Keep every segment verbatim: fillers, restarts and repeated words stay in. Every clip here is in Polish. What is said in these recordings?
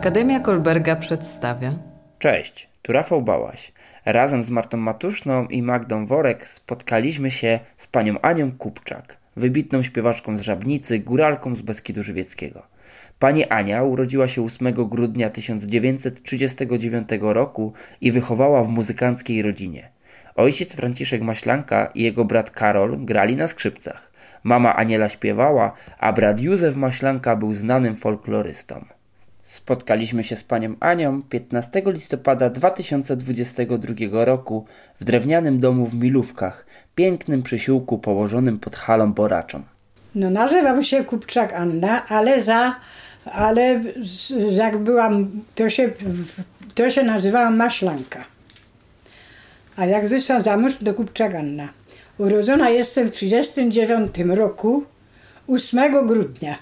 Akademia Kolberga przedstawia. Cześć, tu Rafał Bałaś. Razem z Martą Matuszną i Magdą Worek spotkaliśmy się z panią Anią Kupczak, wybitną śpiewaczką z Żabnicy, góralką z Beskidu Żywieckiego. Pani Ania urodziła się ósmego grudnia tysiąc dziewięćset trzydziestego dziewiątego roku i wychowała w muzykanckiej rodzinie. Ojciec Franciszek Maślanka i jego brat Karol grali na skrzypcach. Mama Aniela śpiewała, a brat Józef Maślanka był znanym folklorystą. Spotkaliśmy się z panią Anią piętnastego listopada dwa tysiące dwudziestego drugiego roku w drewnianym domu w Milówkach, pięknym przysiłku położonym pod halą boraczą. No nazywam się Kupczak Anna, ale za, ale jak byłam, to się, to się nazywałam Maślanka. A jak wyszłam za mąż, to Kupczak Anna. Urodzona jestem w trzydziestym dziewiątym roku, ósmego grudnia.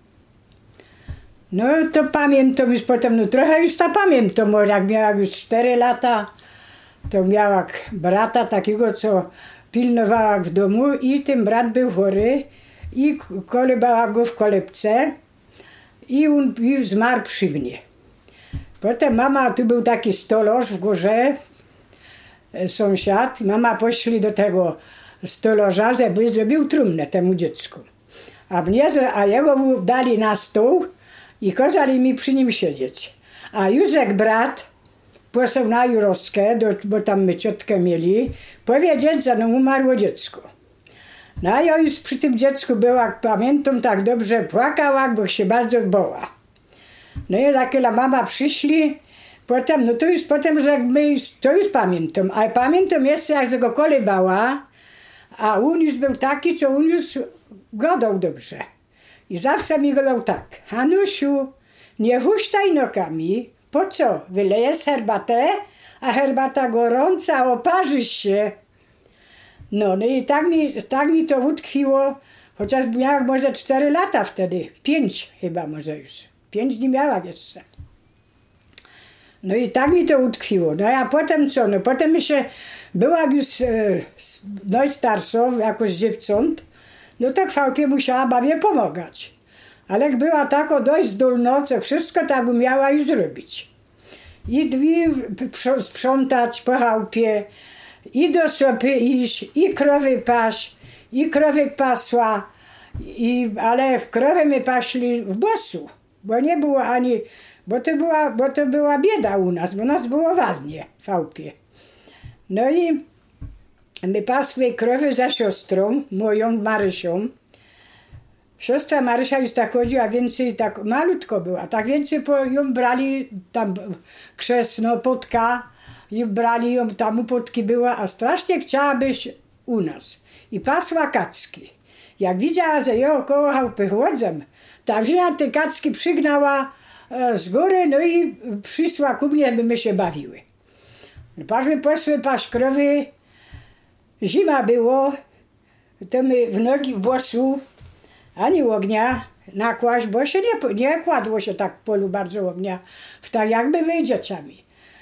No to pamiętam już potem, no trochę już to pamiętam, bo jak miała już cztery lata, to miała brata takiego, co pilnowała w domu i ten brat był chory i kolebała go w kolebce i on i zmarł przy mnie. Potem mama, tu był taki stolarz w górze, sąsiad, mama poszli do tego stolarza, żeby zrobił trumnę temu dziecku. A mnie, a jego mu dali na stół i kazali mi przy nim siedzieć. A Józek brat poszedł na Jurowskę, do, bo tam my ciotkę mieli, powiedzieć, że no umarło dziecko. No a ja już przy tym dziecku była, pamiętam tak dobrze, płakała, bo się bardzo bała. No i takiela mama przyszli, potem, no to już potem, że my, to już pamiętam, ale pamiętam jeszcze, jak go kolebała, a on już był taki, co on już gadał dobrze. I zawsze mi gadał tak: Hanusiu, nie huśtaj nogami, po co? Wylejesz herbatę, a herbata gorąca, oparzysz się. No, no i tak mi, tak mi to utkwiło, chociaż miałam może cztery lata wtedy, pięć chyba może już, pięć nie miałam jeszcze. No i tak mi to utkwiło. No a potem co? No potem mi się, była już e, dość starszą, jakoś dziewcząt, no to chwałpie musiała babie pomagać. Ale jak była tako dość zdolna, co wszystko tak umiała już robić. I, i sprzątać po chałupie, i do sopy iść, i krowy paść, i krowy pasła, i, ale w krowy my paśli w bosu, bo nie było ani, bo to była, bo to była bieda u nas, bo nas było walnie w chałupie. No i my pasły krowy za siostrą, moją Marysią. Siostra Marysia już tak chodziła, więcej tak malutko była, tak więcej po, ją brali tam krzesno, potka, i brali ją, tam u potki była, a strasznie chciała być u nas. I pasła kacki. Jak widziała, że ja około chałupy chodzę, ta wzięła te kacki, przygnała e, z góry, no i przyszła ku mnie, by my się bawiły. No, paśmy poszły paść krowy, zima było, to my w nogi w bosu, ani ognia nakłaść, bo się nie, nie kładło się tak w polu bardzo ognia, tak jakby my dzieciami.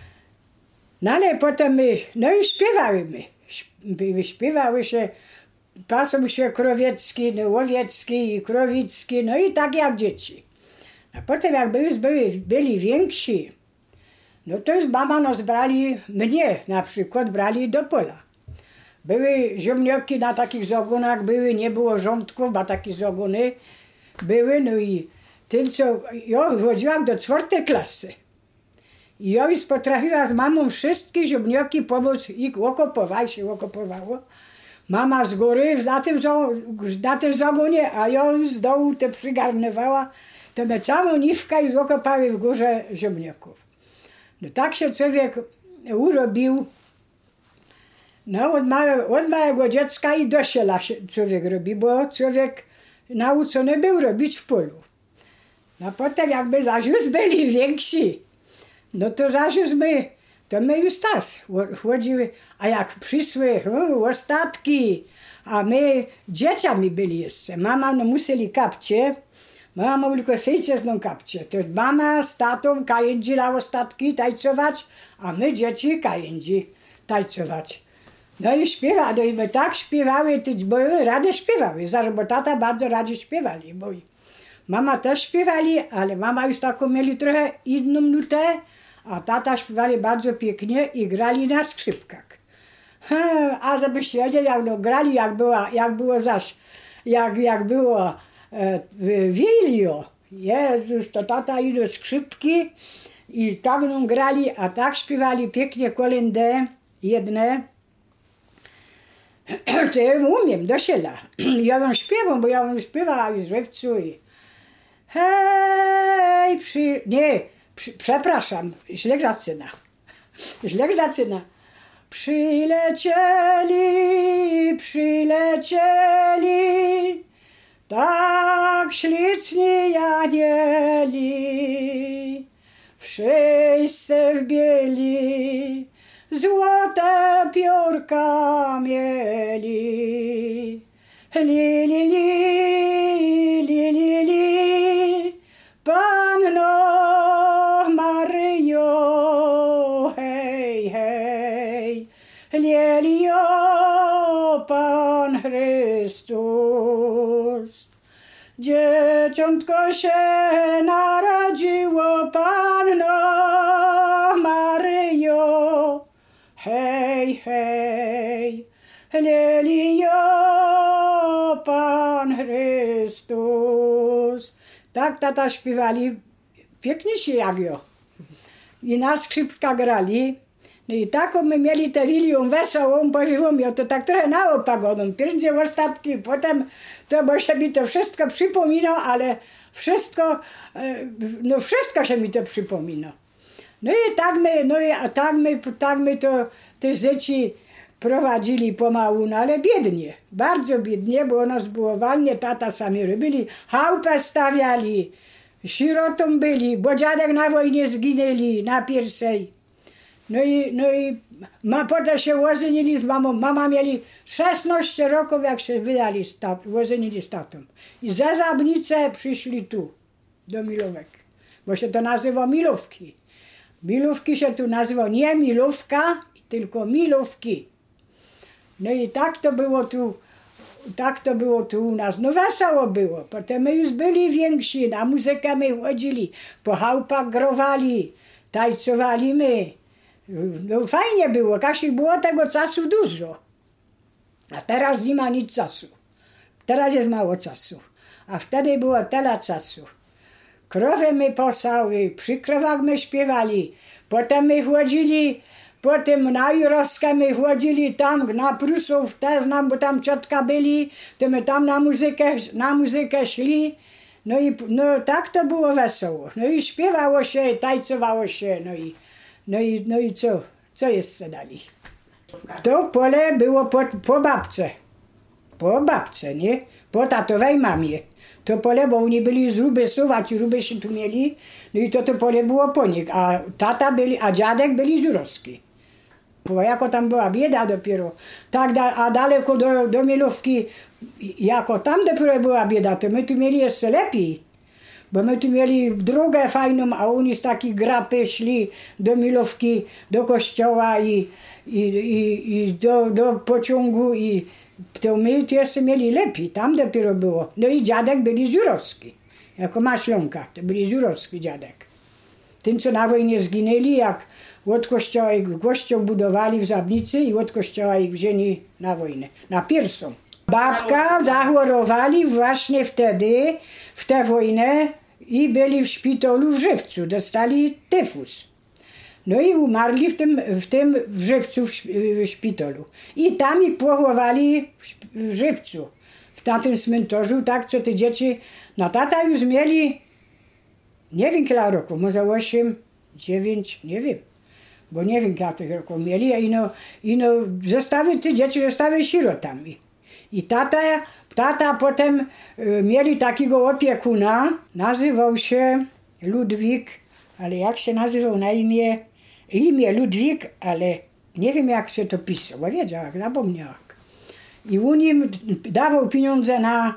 No ale potem my, no i śpiewały my, śpiewały się, pasą się krowiecki, no łowiecki i krowicki, no i tak jak dzieci. A potem jakby już byli, byli więksi, no to już mama nas brali, mnie na przykład brali do pola. Były ziemnioki na takich zagonach, były, nie było rządków, a takie zagony były, no i tym co, ja chodziłam do czwartej klasy. I ja już potrafiła z mamą wszystkie ziemnioki pomóc i okopować się okopowało. Mama z góry na tym, na tym zagonie, a ja już z dołu to przygarnęłała, to my całą niwkę już okopały w górze ziemnioków. No tak się człowiek urobił. No od małego, od małego dziecka i do siela się człowiek robi, bo człowiek nauczony był robić w polu. No potem jakby zaś już byli więksi, no to zaś już my, to my już tak chodziły, a jak przyszły o, ostatki, a my dzieciami byli jeszcze. Mama no musieli kapcie, mama mówiła, tylko syjcie zną kapcie. To mama z tatą kajędzi na ostatki tańcować, a my dzieci kajędzi tańcować. No i śpiewa, no i my tak śpiewały, bo radę śpiewały, bo tata bardzo radzie śpiewali moi. Mama też śpiewali, ale mama już taką mieli trochę inną nutę, a tata śpiewali bardzo pięknie i grali na skrzypkach. A żebyście wiedzieli, jak no, grali, jak, była, jak było zaś, jak, jak było e, Wilio. Jezus, to tata i do skrzypki i tak no, grali, a tak śpiewali pięknie kolędę jedne. To ja ją umiem, do siela. Ja ją śpiewam, bo ja ją śpiewała w Żywcu i hej, przy... nie, przy... przepraszam, źle zaczyna. Źle zaczyna. Przylecieli, przylecieli, tak śliczni anieli, wszyscy w bieli, złote piórka mieli. Li, li, li, li, li, li, Panno Maryjo, hej, hej, lielio Pan Chrystus. Dzieciątko się narodziło, Panno Maryjo, hej, hej, lielio Pan Chrystus. Tak tata śpiewali, pięknie się jawiło. I na skrzypkach grali. No i taką my mieli tę wilią wesołą, powiem ja, to tak trochę na opagodą. Pierdzie ostatki, potem to, bo się mi to wszystko przypomina, ale wszystko, no wszystko się mi to przypomina. No i tak my, no i tak my, tak my to, te dzieci prowadzili pomału, no ale biednie, bardzo biednie, bo u nas było walnie, tata sami robili, chałupę stawiali, sierotą byli, bo dziadek na wojnie zginęli, na pierwszej. No i, no i ma, potem się łożynili z mamą, mama mieli szesnaście roków, jak się wydali, łożynili z tatą. I ze Zabnice przyszli tu, do Milówek, bo się to nazywa Milówki. Milówki się tu nazywa nie Milówka, tylko Milówki. No i tak to było tu, tak to było tu u nas. No wesoło było. Potem my już byli więksi, na muzykę my chodzili, po chałupach growali, tańcowali my. No fajnie było, Kasi było tego czasu dużo. A teraz nie ma nic czasu. Teraz jest mało czasu. A wtedy było tyle czasu. Krowy my posały, przy krowach my śpiewali. Potem my chodzili, potem na Jurowskę my chodzili tam na Prusów, też znam, bo tam ciotka byli, to my tam na muzykę, na muzykę szli. No i no, tak to było wesoło. No i śpiewało się, tańcowało się, no i, no i, no i co? Co jeszcze dali? To pole było po, po babce. Po babce, nie? Po tatowej mamie. To pole, bo oni byli z Rubysów, a ci Rubysi tu mieli, no i to to pole było po nich, a tata byli, a dziadek byli z Jurowski. Bo jako tam była bieda dopiero, tak, da, a daleko do, do Milówki, jako tam dopiero była bieda, to my tu mieli jeszcze lepiej. Bo my tu mieli drogę fajną, a oni z takich grapy szli do Milówki, do kościoła i, i, i, i do, do pociągu i to my tu jeszcze mieli lepiej, tam dopiero było. No i dziadek byli z Jurowski, jako Maślonka, to byli z Jurowski dziadek. Tym, co na wojnie zginęli, jak od kościoła ich kościół budowali w Zabnicy i od kościoła ich wzięli na wojnę, na pierwszą. Babka zachorowali właśnie wtedy, w tę wojnę i byli w szpitalu w Żywcu, dostali tyfus. No i umarli w tym, w tym w Żywcu, w, w szpitalu. I tam ich pochowali w Żywcu, w tamtym cmentarzu, tak, co te dzieci, no tata już mieli, nie wiem ile roku, może osiem, dziewięć, nie wiem, bo nie wiem ile tych roków mieli, i no, i no zostały te dzieci, zostały sierotami. I tata, tata potem y, mieli takiego opiekuna, nazywał się Ludwik, ale jak się nazywał na imię? Imię Ludwik, ale nie wiem jak się to pisało, bo wiedział, jak zapomniał. I u nim dawał pieniądze na,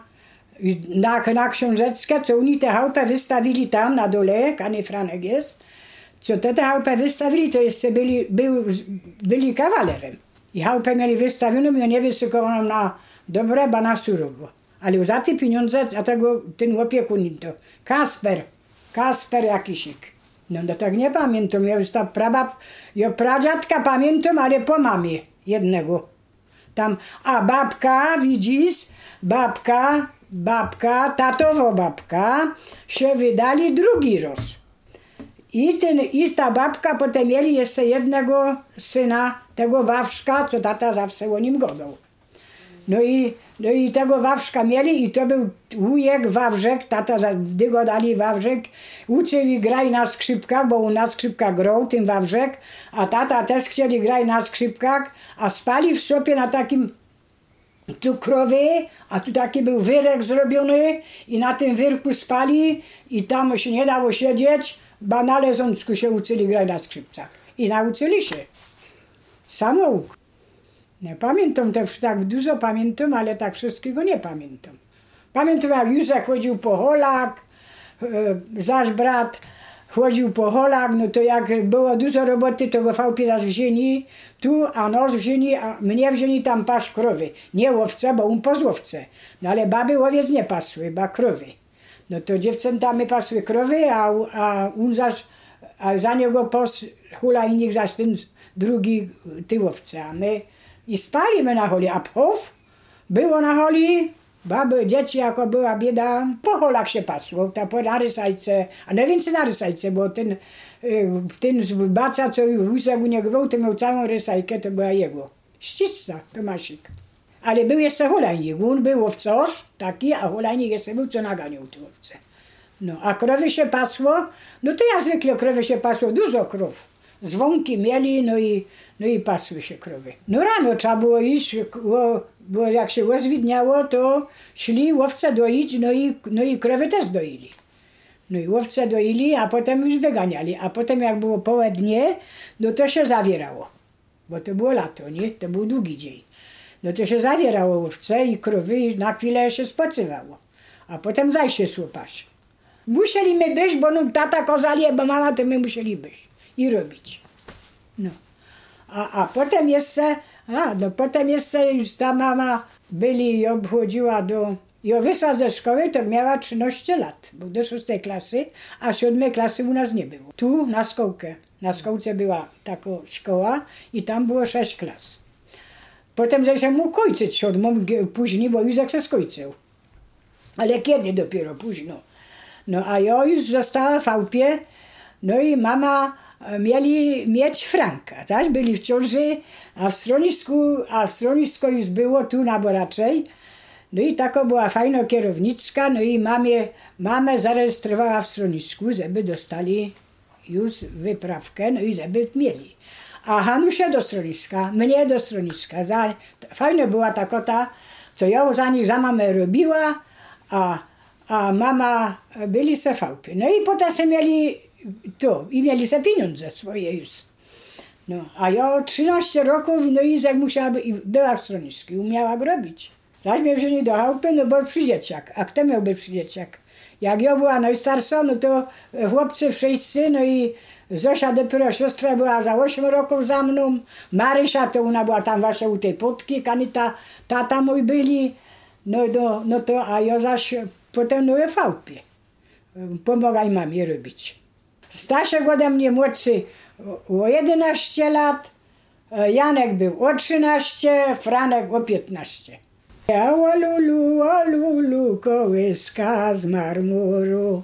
na, na książeczkę, co oni tę chałupę wystawili tam na dole, Kany Franek jest, co te tę chałupę wystawili, to jeszcze byli, był, byli kawalerem. I chałupę mieli wystawioną, no nie wysykowaną na dobre, ba na surowo. Ale za te pieniądze, a tego, ten opiekun to Kasper, Kasper jakisik. No, no tak nie pamiętam, ja już ta prabab, ja pradziadka pamiętam, ale po mamie jednego. Tam, a babka, widzisz, babka, babka, tatowo babka się wydali drugi raz. I, ten, I ta babka potem mieli jeszcze jednego syna, tego Wawrzka, co tata zawsze o nim godał. No i, no i tego Wawrzka mieli i to był wujek Wawrzek, tata, gdy go dali Wawrzek, uczył i graj na skrzypkach, bo on na skrzypkach grał, tym Wawrzek, a tata też chcieli grać na skrzypkach, a spali w sobie na takim tu krowy, a tu taki był wyrek zrobiony i na tym wyrku spali i tam się nie dało siedzieć, bo na Lezonsku się uczyli grać na skrzypcach. I nauczyli się. Samouk. Nie pamiętam też tak dużo, pamiętam, ale tak wszystkiego nie pamiętam. Pamiętam, jak Józef chodził po holach, zaś brat chodził po holach, no to jak było dużo roboty, to go fałpie zaś wzięli tu, a nos wzięli, a mnie wzięli tam paść krowy. Nie łowce, bo on pozłowce. No ale baby łowiec nie pasły, ba krowy. No to dziewczętami pasły krowy, a, a on zaś, a za niego pos hulajnik zaś ten drugi tyłowce. A my i spaliśmy na holi, a pchow było na holi, baby, dzieci, jako była bieda, po holach się pasło, ta po narysajce, a nie więcej na rysajce, bo ten, ten baca, co Józef u niego był, to miał całą rysajkę, to była jego. Ścisca, Tomasik. Ale był jeszcze hulajnik, on był owcosz taki, a hulajnik jeszcze był, co naganiał te owce. No, a krowy się pasło, no to jak zwykle krowy się pasło, dużo krów. Dzwonki mieli, no i, no i pasły się krowy. No rano trzeba było iść, bo, bo jak się rozwidniało, to szli łowce doić, no i, no i krowy też doili. No i łowce doili, a potem już wyganiali. A potem jak było południe, no to się zawierało. Bo to było lato, nie? To był długi dzień. No to się zawierało łowce i krowy i na chwilę się spoczywało. A potem zaś się słupać. Musieliśmy być, bo no, tata kozali, bo mama, to my musieli być. I robić. No. A, a potem jeszcze, a, no potem jeszcze już ta mama byli i obchodziła do, i wysła ze szkoły, to miała trzynaście lat, bo do szóstej klasy, a siódmej klasy u nas nie było. Tu na Skołkę, na Skołce była taka szkoła i tam było sześć klas. Potem że mógł kończyć siódmą później, bo Józek się skończył. Ale kiedy dopiero późno. No a ja już została w Fałpie, no i mama mieli mieć Franka, tak? Byli w ciąży, a w schronisku, a w schronisku już było tu na Boraczej. No i taka była fajna kierowniczka, no i mamie, mamę zarejestrowała w schronisku, żeby dostali już wyprawkę, no i żeby mieli. A Hanusia do schroniska, mnie do schroniska. Za, fajna była ta kota, co ja za nich za mamę robiła, a, a mama byli se fałpy. No i potem se mieli to i mieli se pieniądze swoje już. No, a ja trzynaście roków, no i jak musiała, i była w schronisku, umiała go robić. Zaś mnie wzięli do chałupy, no bo przy dzieciak. A kto miałby przy dzieciak? Jak ja była najstarsza, no to chłopcy wszyscy, no i Zosia dopiero siostra była za osiem roków za mną. Marysia to ona była tam właśnie u tej potki, kanita, tata mój byli. No, no, no to, a ja zaś potem no w chałupie. Pomagaj mamie robić. Stasiek ode mnie młodszy o jedenaście lat, Janek był o trzynaście, Franek o piętnaście. O lulu, o lulu, kołyska z marmuru,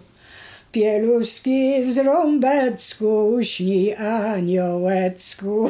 pieluszki w zrąbecku, śni aniołecku.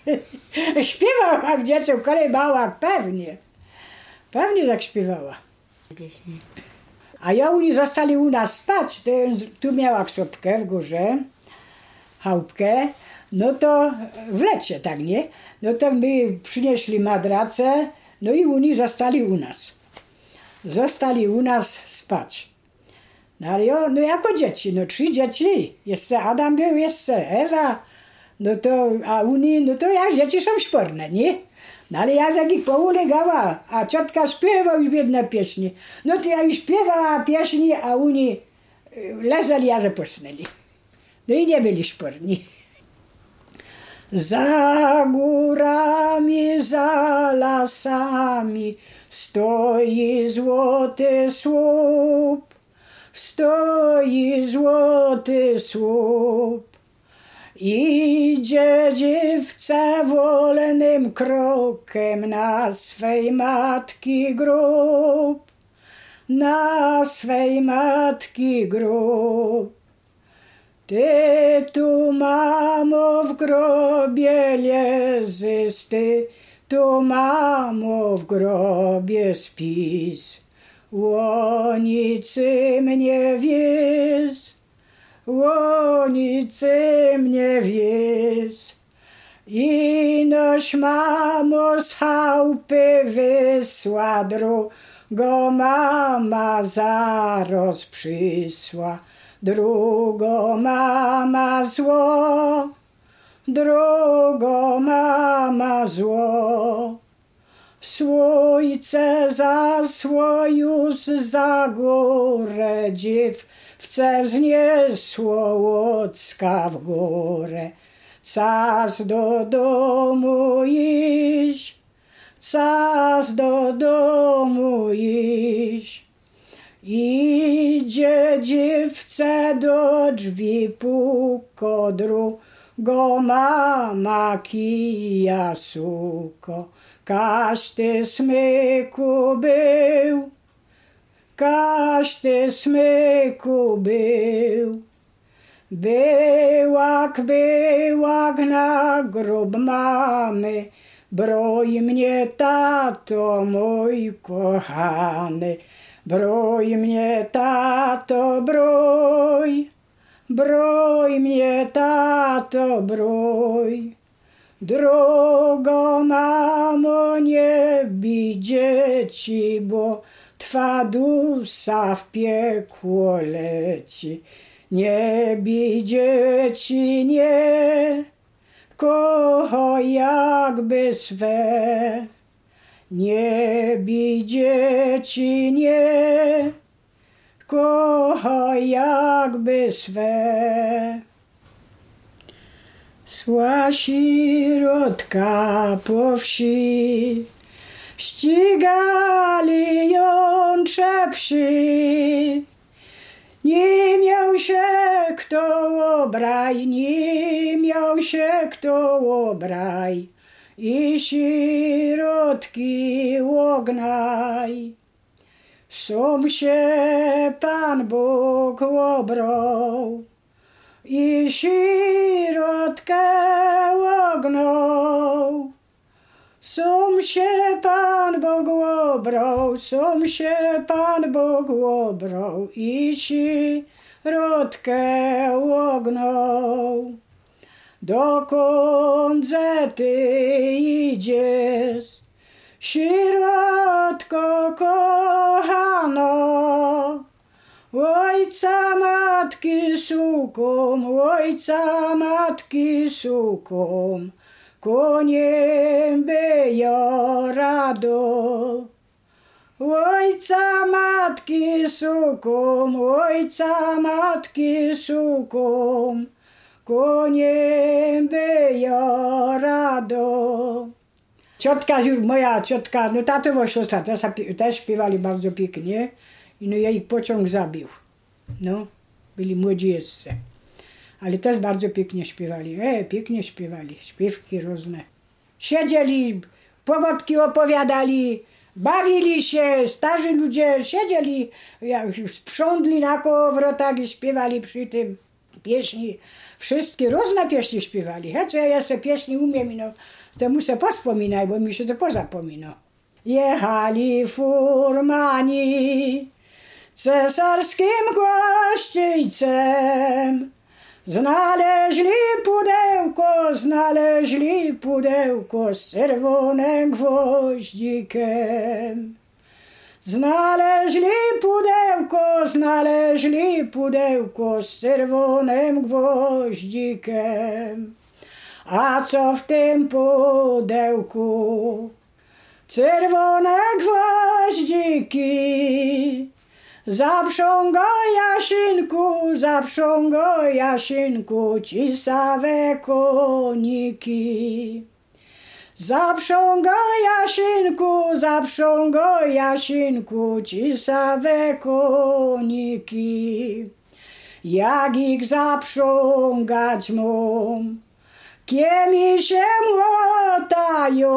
Śpiewała jak dziecko, kolebała, pewnie. Pewnie tak śpiewała. Pieśni. A ja oni zostali u nas spać, to tu miała ksopkę w górze, chałupkę, no to w lecie, tak nie? No to my przynieśli madracę, no i oni zostali u nas. Zostali u nas spać. No ale ja, no jako dzieci, no trzy dzieci, jeszcze Adam był, jeszcze Ewa, no to, a oni, no to jak dzieci są sporne, nie? No ale ja jak ich poulegała, a ciotka śpiewał już biedne pieśni. No to ja już śpiewała pieśni, a oni leżeli, a że posnęli. No i nie byli sporni. Za górami, za lasami stoi złoty słup, stoi złoty słup. Idzie dziewca wolnym krokiem na swej matki grób, na swej matki grób. Ty tu, mamo, w grobie lezys, ty tu, mamo, w grobie spis. Łonicy mnie wiez, łonicy mnie wiez. Inoś, mamo, z chałupy wysła, drugo mama zaraz przysła. Drugo mama zło, drugo mama zło. Słońce zasło już za górę, dziewce zniesło łocka w górę. Czas do domu iść, czas do domu iść. Idzie dziewce do drzwi puko, drugo mama kija suko. Kaś ty smyku był, kaś ty smyku był. Byłak, byłak na grób mamy, broj mnie, tato mój kochany. Broj mnie, tato, broj, broj mnie, tato, broj. Drogo mamo, nie bij dzieci, bo twa dusza w piekło leci. Nie bij dzieci, nie, kochaj jakby swe. Nie bij dzieci, nie, kochaj jakby swe. Szła sirotka po wsi, ścigali ją trzepsi. Nie miał się kto obraj, nie miał się kto obraj. I sirotki ognaj. Som się Pan Bóg obrał i sirotkę ognął. Som się Pan Bóg obrał, som się Pan Bóg obrał i sirotkę ognął. Dokądże ty idziesz, sirotko kochano? Ojca matki suką, ojca matki suką, koniem by ja rado. Ojca matki suką, ojca matki suką, koniem by ja rado. Ciotka, moja ciotka, no tatowa siostra też, też śpiewali bardzo pięknie. I no jej pociąg zabił. No, byli młodzi jeszcze. Ale też bardzo pięknie śpiewali. E, pięknie śpiewali. Śpiewki różne. Siedzieli, pogodki opowiadali, bawili się, starzy ludzie siedzieli, sprzątli na kołowrotach i śpiewali przy tym pieśni. Wszystkie różne pieśni śpiewali. He, co ja jeszcze pieśni umiem, no, to muszę pospominać, bo mi się to pozapomina. Jechali furmani cesarskim gościńcem, znaleźli pudełko, znaleźli pudełko z czerwonym gwoździkiem. Znaleźli pudełko, znaleźli pudełko z czerwonym gwoździkiem. A co w tym pudełku? Czerwone gwoździki. Zaprzągo Jasinku, zaprzągo Jasinku, cisawe koniki. Zaprzągaj Jasinku, zaprzągaj Jasinku, cisawe koniki. Jak ich zaprzągać mam, kie mi się młotają,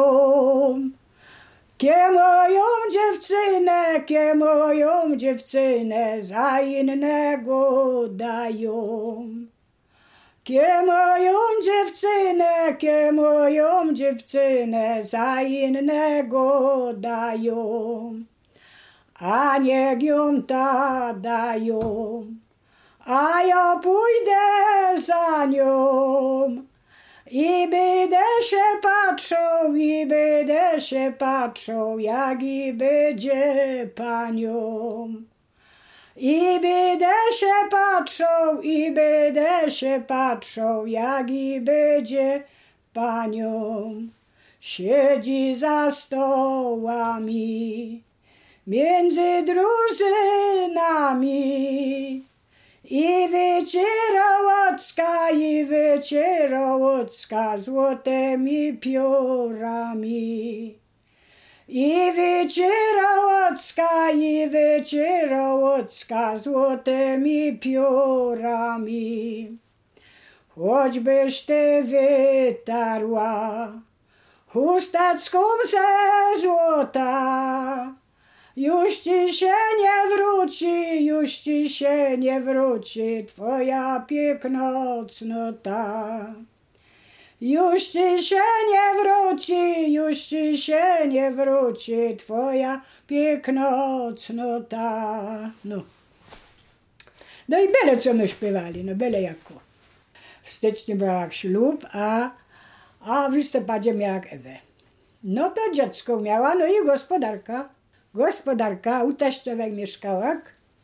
kie moją dziewczynę, kie moją dziewczynę za innego dają. Kie moją dziewczynę, kie moją dziewczynę za innego dają, a niech ją ta dają, a ja pójdę za nią i będę się patrzał, i będę się patrzał, jak i będzie panią. I będę się patrzał, i będę się patrzał, jak i będzie panią. Siedzi za stołami, między drużynami, i wyciera łocka, i wyciera łocka złotymi piórami. I wyciera łocka, i wyciera łocka złotymi piórami. Choćbyś ty wytarła chusteczką ze złota, już ci się nie wróci, już ci się nie wróci twoja piękna cnota. Już ci się nie wróci, już ci się nie wróci twoja piękna cnota. No. No i byle co my śpiewali, no byle jako. W styczniu brała ślub, a, a w listopadzie miała Ewę. No to dziecko miała, no i gospodarka. Gospodarka u teściowej mieszkała.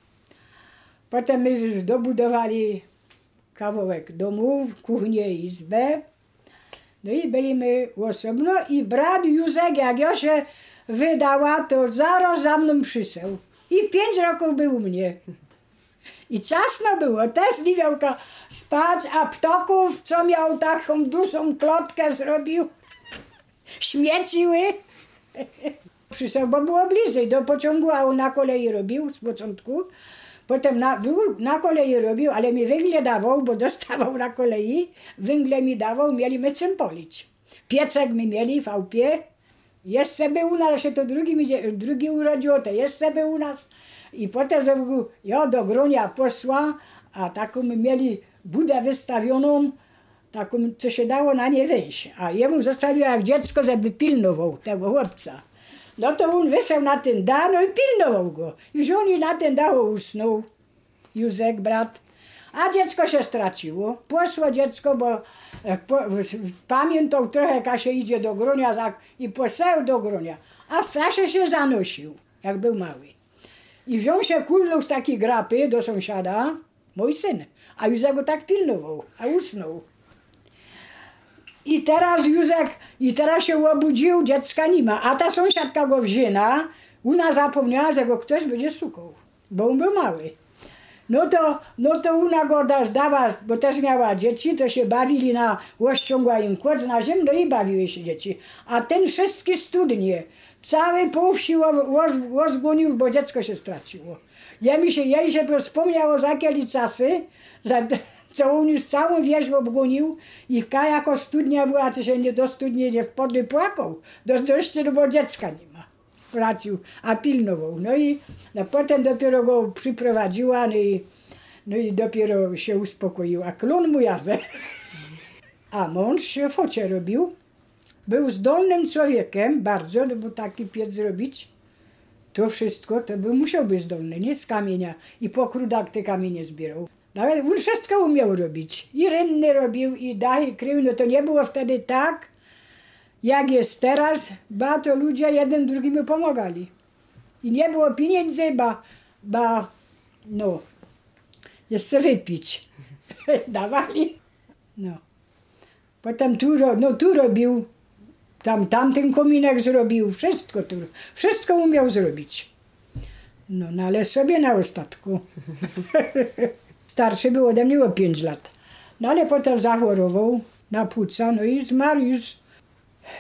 Potem my dobudowali kawałek domu, kuchnię i izbę. No i byliśmy osobno i brat Józek, jak ja się wydała, to zaraz za mną przyseł. I pięć roków był u mnie. I ciasno było, też nie miał spać, a ptoków, co miał taką dużą klotkę zrobił, śmieciły. Przyseł, bo było bliżej, do pociągu, a on na kolei robił z początku. Potem na, był, na kolei robił, ale mi węgle dawał, bo dostawał na kolei. Węgle mi dawał, mieliśmy czym polić. Piecek mi mieli w chałupie. Jeszcze był u nas, się to drugi, mi, drugi urodziło, to jeszcze był u nas. I potem ja do Gronia poszła, a taką my mieli budę wystawioną, taką, co się dało na nie wejść. A jemu zostawiła jak dziecko, żeby pilnował tego chłopca. No to on wyszedł na ten dach, no i pilnował go. Już on i na ten dachu usnął, Józek, brat. A dziecko się straciło. Poszło dziecko, bo po, pamiętał trochę, jak się idzie do Gronia za, i poszedł do Gronia. A strasznie się zanosił, jak był mały. I wziął się, kulnął z takiej grapy do sąsiada, mój syn. A Józek go tak pilnował, a usnął. I teraz Józek, i teraz się obudził, dziecka nie ma. A ta sąsiadka go wzięła, ona zapomniała, że go ktoś będzie szukał, bo on był mały. No to, no to ona go zdała, bo też miała dzieci, to się bawili na, ściągła im kłód na ziemię, no i bawiły się dzieci. A ten wszystkie studnie, cały pół wsi zgonił, bo dziecko się straciło. Ja mi się, jej się wspomniało za jakieś czasy, za, co on już całą wieś obgonił i jako studnia była, czy się nie do studni nie wpadł, płakał. Do dość, bo dziecka nie ma. Płacił, a pilnował. No i no potem dopiero go przyprowadziła, no i, no i dopiero się uspokoił. A klon mu jazę. A mąż się focie robił. Był zdolnym człowiekiem, bardzo, bo taki piec zrobić. To wszystko, to by musiał być zdolny, nie? Z kamienia. I pokrudak te kamienie zbierał. Nawet on wszystko umiał robić. I rynny robił, i dachy krył. No to nie było wtedy tak, jak jest teraz, ba to ludzie jeden drugiemu pomagali. I nie było pieniędzy, ba, ba no, jeszcze wypić. Dawali. No. Potem tu, no, tu robił, tam tamten kominek zrobił, wszystko tu, wszystko umiał zrobić. No, no ale sobie na ostatku. Starszy był ode mnie o pięć lat. No ale potem zachorował na płuca, no i zmarł już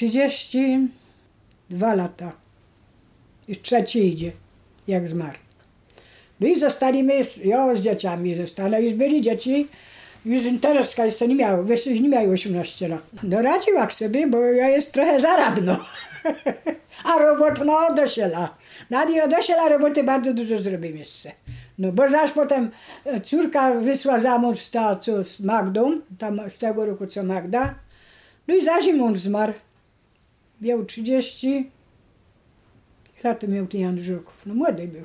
trzydzieści dwa lata. Już trzeci idzie, jak zmarł. No i zostaliśmy, z, ja z dzieciami zostali, już byli dzieci, już Tereska jeszcze nie miała, jeszcze nie miała osiemnaście lat. No radziła sobie, bo ja jest trochę zaradno. A robot no dosiela. Nadia dosiela roboty bardzo dużo zrobił jeszcze. No bo zaś potem córka wysła za mąż ta, co z Magdą, tam z tego roku co Magda. No i zaś mąż zmarł. Miał trzydzieści lat, miał ten Jan Żurków. No młody był.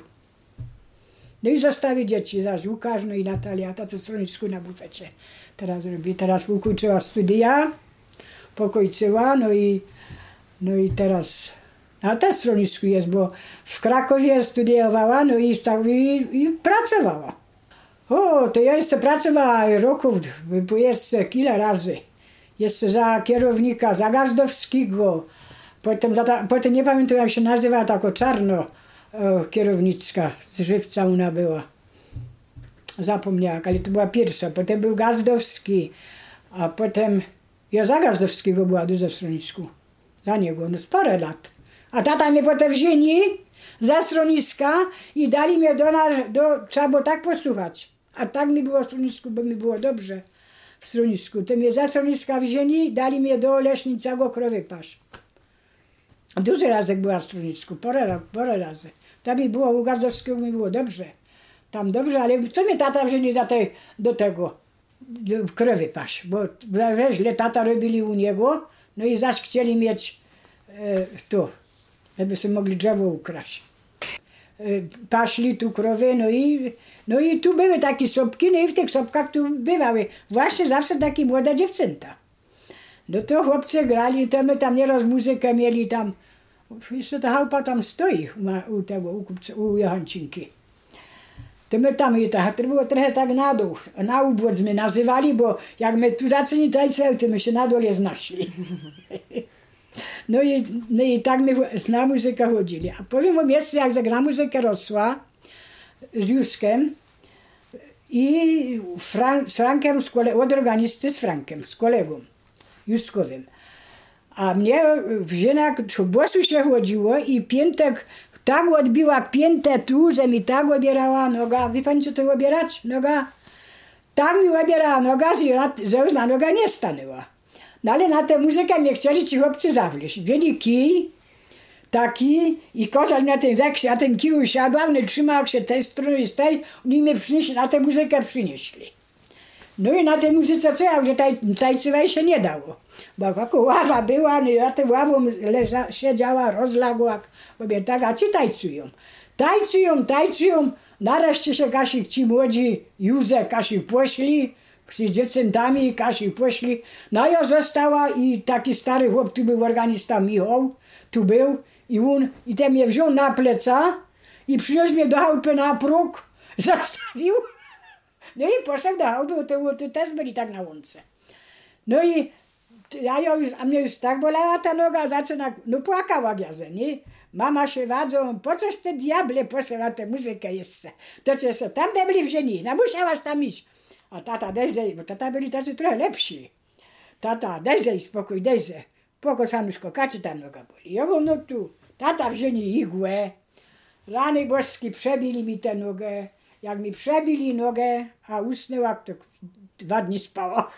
No i zostawił dzieci, zaś Łukasz, no i Natalia, ta co w schronisku na bufecie teraz robi. Teraz ukończyła studia, pokończyła, no i, no i teraz na też w schronisku jest, bo w Krakowie studiowała, no i, i, i pracowała. O, to ja jeszcze pracowała roków, bo jeszcze kilka razy. Jeszcze za kierownika, za Gazdowskiego. Potem, za, potem nie pamiętam jak się nazywa, tako czarno o, kierownicka, z Żywca ona była. Zapomniałam, ale to była pierwsza. Potem był Gazdowski, a potem ja za Gazdowskiego była dużo w schronisku. Za niego, no parę lat. A tata mnie potem wzięli za schroniska i dali mnie do, do trzeba było tak posłuchać. A tak mi było w schronisku, bo mi było dobrze w schronisku. To mnie za schroniska wzięli, dali mnie do Leśnicego krowy paść. Duży razek była w schronisku, parę, parę razy. Tam mi było, u Gazdowskiego mi było dobrze. Tam dobrze, ale co mnie tata wzięli za te, do tego, do krowy paść, bo źle tata robili u niego, no i zaś chcieli mieć e, tu, żeby sobie mogli drzewo ukraść. E, paśli tu krowy, no i, no i tu były takie sopki, no i w tych sopkach tu bywały właśnie zawsze takie młode dziewczęta. No to chłopcy grali, to my tam nieraz muzykę mieli tam, jeszcze ta chałupa tam stoi u, u tego, u, kupca, u Johancinki. To my tam, i to było trochę tak na dół, na ubłodz my nazywali, bo jak my tu zaczęli tańczyć, to my się na dole znaszli. No i, no i tak my na muzykę chodzili. A powiem wam jeszcze, jak zagra muzykę rosła z Józkiem i Fran, z Frankiem, z kole, od organisty z Frankiem, z kolegą Józkowym. A mnie w Zienach w bosu się chodziło i piętek tak odbiła piętę tu, że mi tak obierała noga. Wie pani, co to obierać? Noga. Tak mi obierała noga, że już na noga nie stanęła. No ale na tę muzykę mnie chcieli ci chłopcy zawleźć. Wzięli kij taki i kozali na ten zek, a ten kij usiadła, on trzymał się tej strony i z tej, oni mnie przynieśli, na tę muzykę przynieśli. No i na tej muzyce co ja, że taj, tańczywać się nie dało. Bo jako ława była, no i na tę ławą leża, siedziała, rozlagła. Mówię, tak, a ci tańcują. Tańcują, tańcują. Nareszcie się Kasik, ci młodzi, Józek, Kasik poszli, z dziewczętami Kasik poszli. No ja została i taki stary chłop, tu był organista Michał, tu był i on, i ten mnie wziął na pleca i przyniósł mnie do chałupy na próg, zastawił. No i poszedł do chałupy, to, to też byli tak na łące. No i a, ja już, a mnie już tak bolała ta noga, zaczyna, no płakała gwiazdę, nie? Mama się wadzą, po coś te diable posyła tę muzykę jeszcze. To cię se tam byli wzięli, no musiałaś tam iść. A tata, daj zej, bo tata byli tacy trochę lepsi. Tata, daj zej, spokój, daj zej. Poko Sanuszko, kaczy ta noga boli. Ja go, no tu, tata wzięli igłę, rany boskie, przebili mi tę nogę. Jak mi przebili nogę, a usnęła, to dwa dni spała.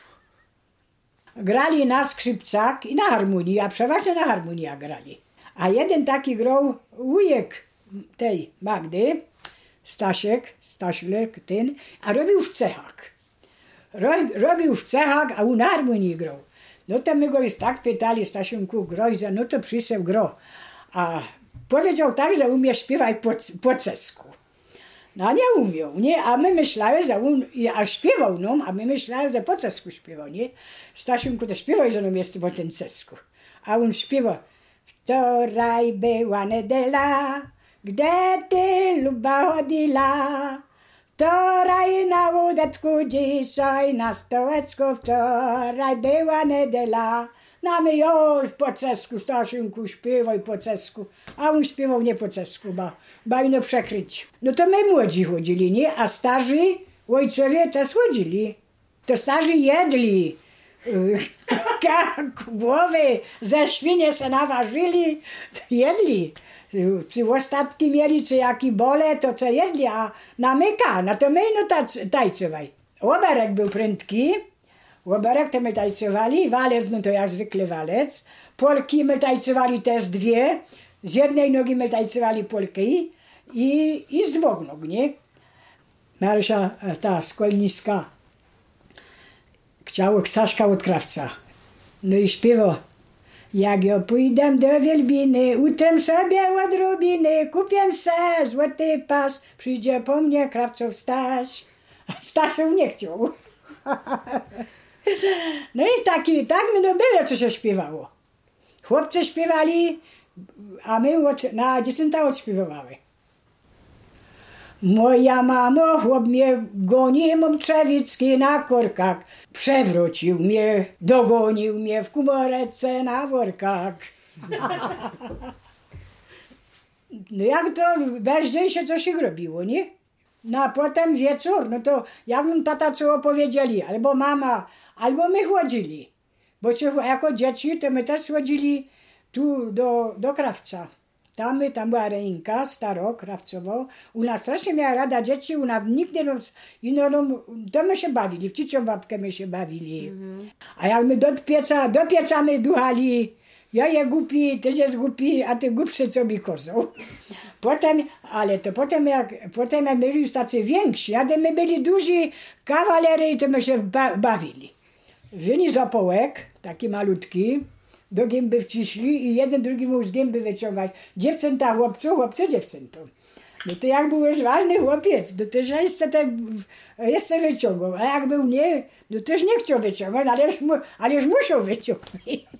Grali na skrzypcach i na harmonii, a przeważnie na harmonia grali. A jeden taki grał wujek tej Magdy, Stasiek, Stasiek ten, a robił w cechach. Ro, robił w cechach, a on na harmonii grał. No to my go już tak pytali, Stasiunku, grojza, no to przyseł gro. A powiedział tak, że umie śpiewać po, po cesku. No nie umiał, nie? A my myślały, że on, a śpiewał nam, a my myślały, że po cesku śpiewał, nie? Stasiunku, to śpiewaj, że nam jest po tym cesku. A on śpiewał: wczoraj była niedziela, gdzie ty luba chodziła. Wczoraj na łódeczku, dzisiaj na stołeczku, wczoraj była niedziela. No my już po cesku, Stasiunku, śpiewaj po cesku. A on śpiewał nie po cesku, bo bajno przekryć. No to my młodzi chodzili, nie? A starzy ojcowie też chodzili. To starzy jedli. głowy ze świnie se naważyli, jedli. Czy ostatki mieli, czy jaki bole, to co jedli, a na myka, no to my no tańcowali. Łoberek był prędki, łoberek to my tańcowali, walec no to jak zwykle walec, polki my tańcowali też dwie, z jednej nogi my tańcowali polki i, i z dwóch nóg, nie? Marysia, ta szkolnicka, chciała Ksaszka od Krawca. No i śpiewał. Jak ja pójdę do Wielbiny, utrem sobie odrobiny, kupię se złoty pas, przyjdzie po mnie Krawcow Staś. A Stasiu nie chciał. No i taki, tak my to było, co się śpiewało. Chłopcy śpiewali, a my na dziewczęta odśpiewały. Moja mamo, chłop mnie goni, Momtrzewicki na korkach. Przewrócił mnie, dogonił mnie w kumorece na workach. No jak to bez dzień się coś robiło, nie? No a potem wieczór, no to jak nam tata co opowiedzieli, albo mama, albo my chodzili. Bo się, jako dzieci to my też chodzili tu do, do Krawca. Tam, my, tam była Reinka, staro, Krawcowo. U nas strasznie miała rada dzieci, u nas nikt nie... No, no, to my się bawili, w cicią babkę my się bawili. Mm-hmm. A jak my do pieca, do pieca my duchali, ja je głupi, ty jest głupi, a ty głupszy co mi kozą. Potem, ale to potem jak, potem jak byli już tacy więksi, a my byli duzi kawalery i to my się ba- bawili. Wzięli zapołek, taki malutki, do gęby wciśli i jeden drugiemu z gęby wyciągać. Dziewczęta chłopcu, chłopcy dziewczętom. No to jak był już walny chłopiec, no to jeszcze, te, jeszcze wyciągał. A jak był nie, no to już nie chciał wyciągać, ależ, mu, ależ musiał wyciągnąć.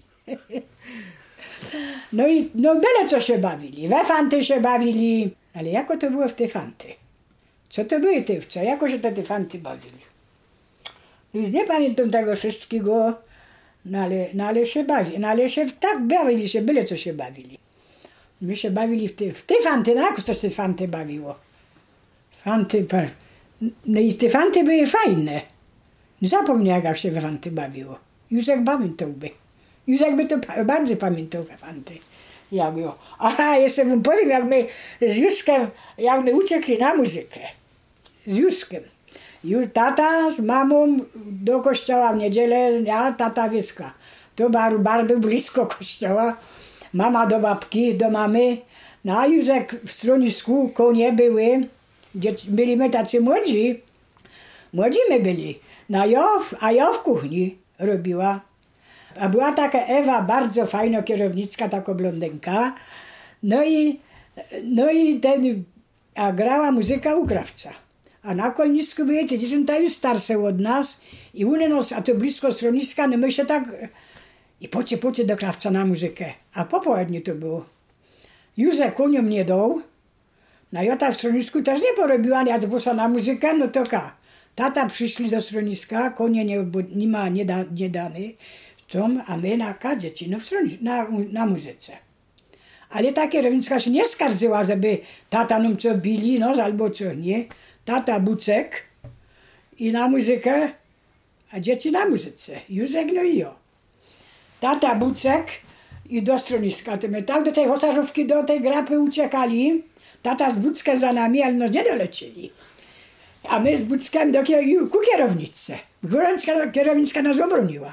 No i no byle co się bawili. We fanty się bawili. Ale jako to było w te fanty? Co to były te, co? Jako się te, te fanty bawili? Już nie pamiętam tego wszystkiego. No ale, no ale się bawili, no ale się tak bawili się, byle co się bawili. My się bawili w te, w te fanty, no jak coś te fanty bawiło? Fanty, no i te fanty były fajne. Nie zapomniał jak się w fanty bawiło. Już jak pamiętałby. Już jakby to bardzo pamiętał fanty. Jak było. Aha, jeszcze wam powiem, jak my z Józkiem, jak my uciekli na muzykę. Z Józkiem. Już tata z mamą do kościoła w niedzielę, ja tata wieska. To bardzo, bardzo blisko kościoła. Mama do babki, do mamy. No a już jak w schronisku konie były, byliśmy tacy młodzi. Młodzi my byli. No ja, a ja w kuchni robiła. A była taka Ewa, bardzo fajna kierownicka, taka blondynka. No i, no i ten, a grała muzyka u Krawca. A na Kolnisku były te dziewczęta już starsze od nas i u nas, a to blisko schroniska, no my się tak... I pocie, pocie do Krawca na muzykę. A po południu to było. Józef koniom nie dał. No ja ta w schronisku też nie porobiła, jak zgłosa na muzykę, no to ka. Tata przyszli do schroniska, konie nie, nie ma nie, da, nie dany, są, a my na ka dzieci, no w schronisku, na, na muzyce. Ale ta kierownicka się nie skarżyła, żeby tata nam co bili, no albo co nie. Tata Bucek i na muzykę, a dzieci na muzyce. Józek, no i ja. Tata Bucek i do schroniska. To my tak do tej hosarzówki, do tej grapy uciekali. Tata z Buckiem za nami, ale no nie dolecieli. A my z Buckiem do, ku kierownicy. Kierownicka nas obroniła.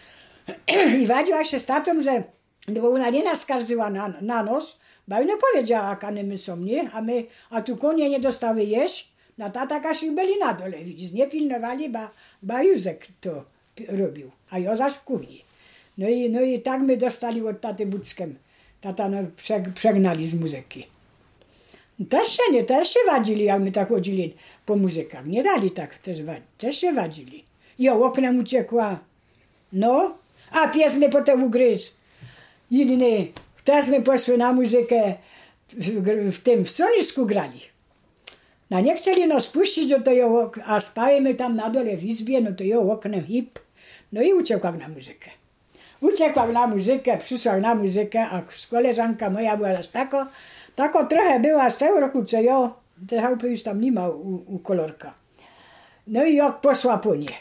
I wadziła się z tatą, że bo ona nie nas skarżyła na, na nos, bo ona powiedziała, jaka my są, nie? A, my, a tu konie nie dostały jeść. No tata Kasik byli na dole, widzisz, nie pilnowali, bo, bo Józek to robił, a ja zaś w kuchni. No i, no i tak my dostali od taty Buckiem. Tata no, przegnali z muzyki. Też się nie, też się wadzili, jak my tak chodzili po muzykach. Nie dali tak też wadzić, też się wadzili. I o oknem uciekła. No, a pies mnie potem ugryzł. Inny. Teraz my poszły na muzykę, w, w tym w schronisku grali. No nie chcieli nas puścić, no to ją, a spajemy tam na dole w izbie, no to ją oknem hip. No i uciekła na muzykę. Uciekła na muzykę, przyszła na muzykę, a koleżanka moja była też tako, tako trochę była z tego roku, co ja, te chałupy już tam nie ma u, u kolorka. No i jak poszła po nie.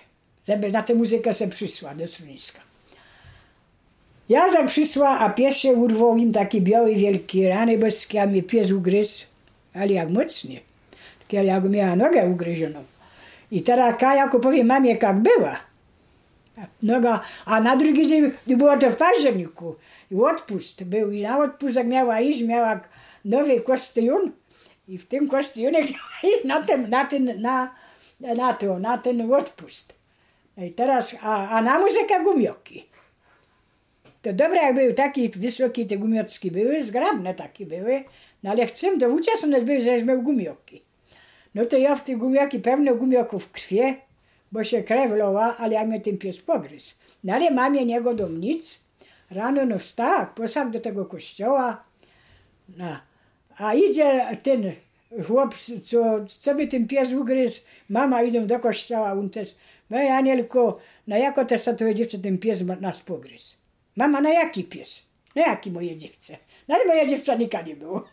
żeby na tę muzykę se przysła do schroniska. Ja tak przysła, a pies się urwał im taki biały, wielki, rany boskie, a mnie pies ugryzł, ale jak mocnie. Tak jak miała nogę ugryzioną. I teraz Kajako powie mamie, jak była. Noga, a na drugi dzień, było to w październiku, i odpust był, i na odpust jak miała iść, miała nowy kostium, i w tym kostiumie na ten, na ten, na, na to, na ten odpust. I teraz, a, a na muzykę gumioki. To dobre, jak były takie wysokie te gumiocki były, zgrabne takie były, no ale w czym to uczesne były, że miał gumioki. No to ja w tych gumioki, pełno gumioków w krwie, bo się krew lała, ale jak mnie ten pies pogryzł. No ale mamie nie go do nic. Rano no wstał, poszedł do tego kościoła. No. A idzie ten chłop, co, co by ten pies ugryzł, mama idą do kościoła, on też, no Anielko, na jako też twoje dziewczę ten pies nas pogryzł. Mama, na jaki pies? Na jaki moje dziewczę? Na moja dziewczanika nie było.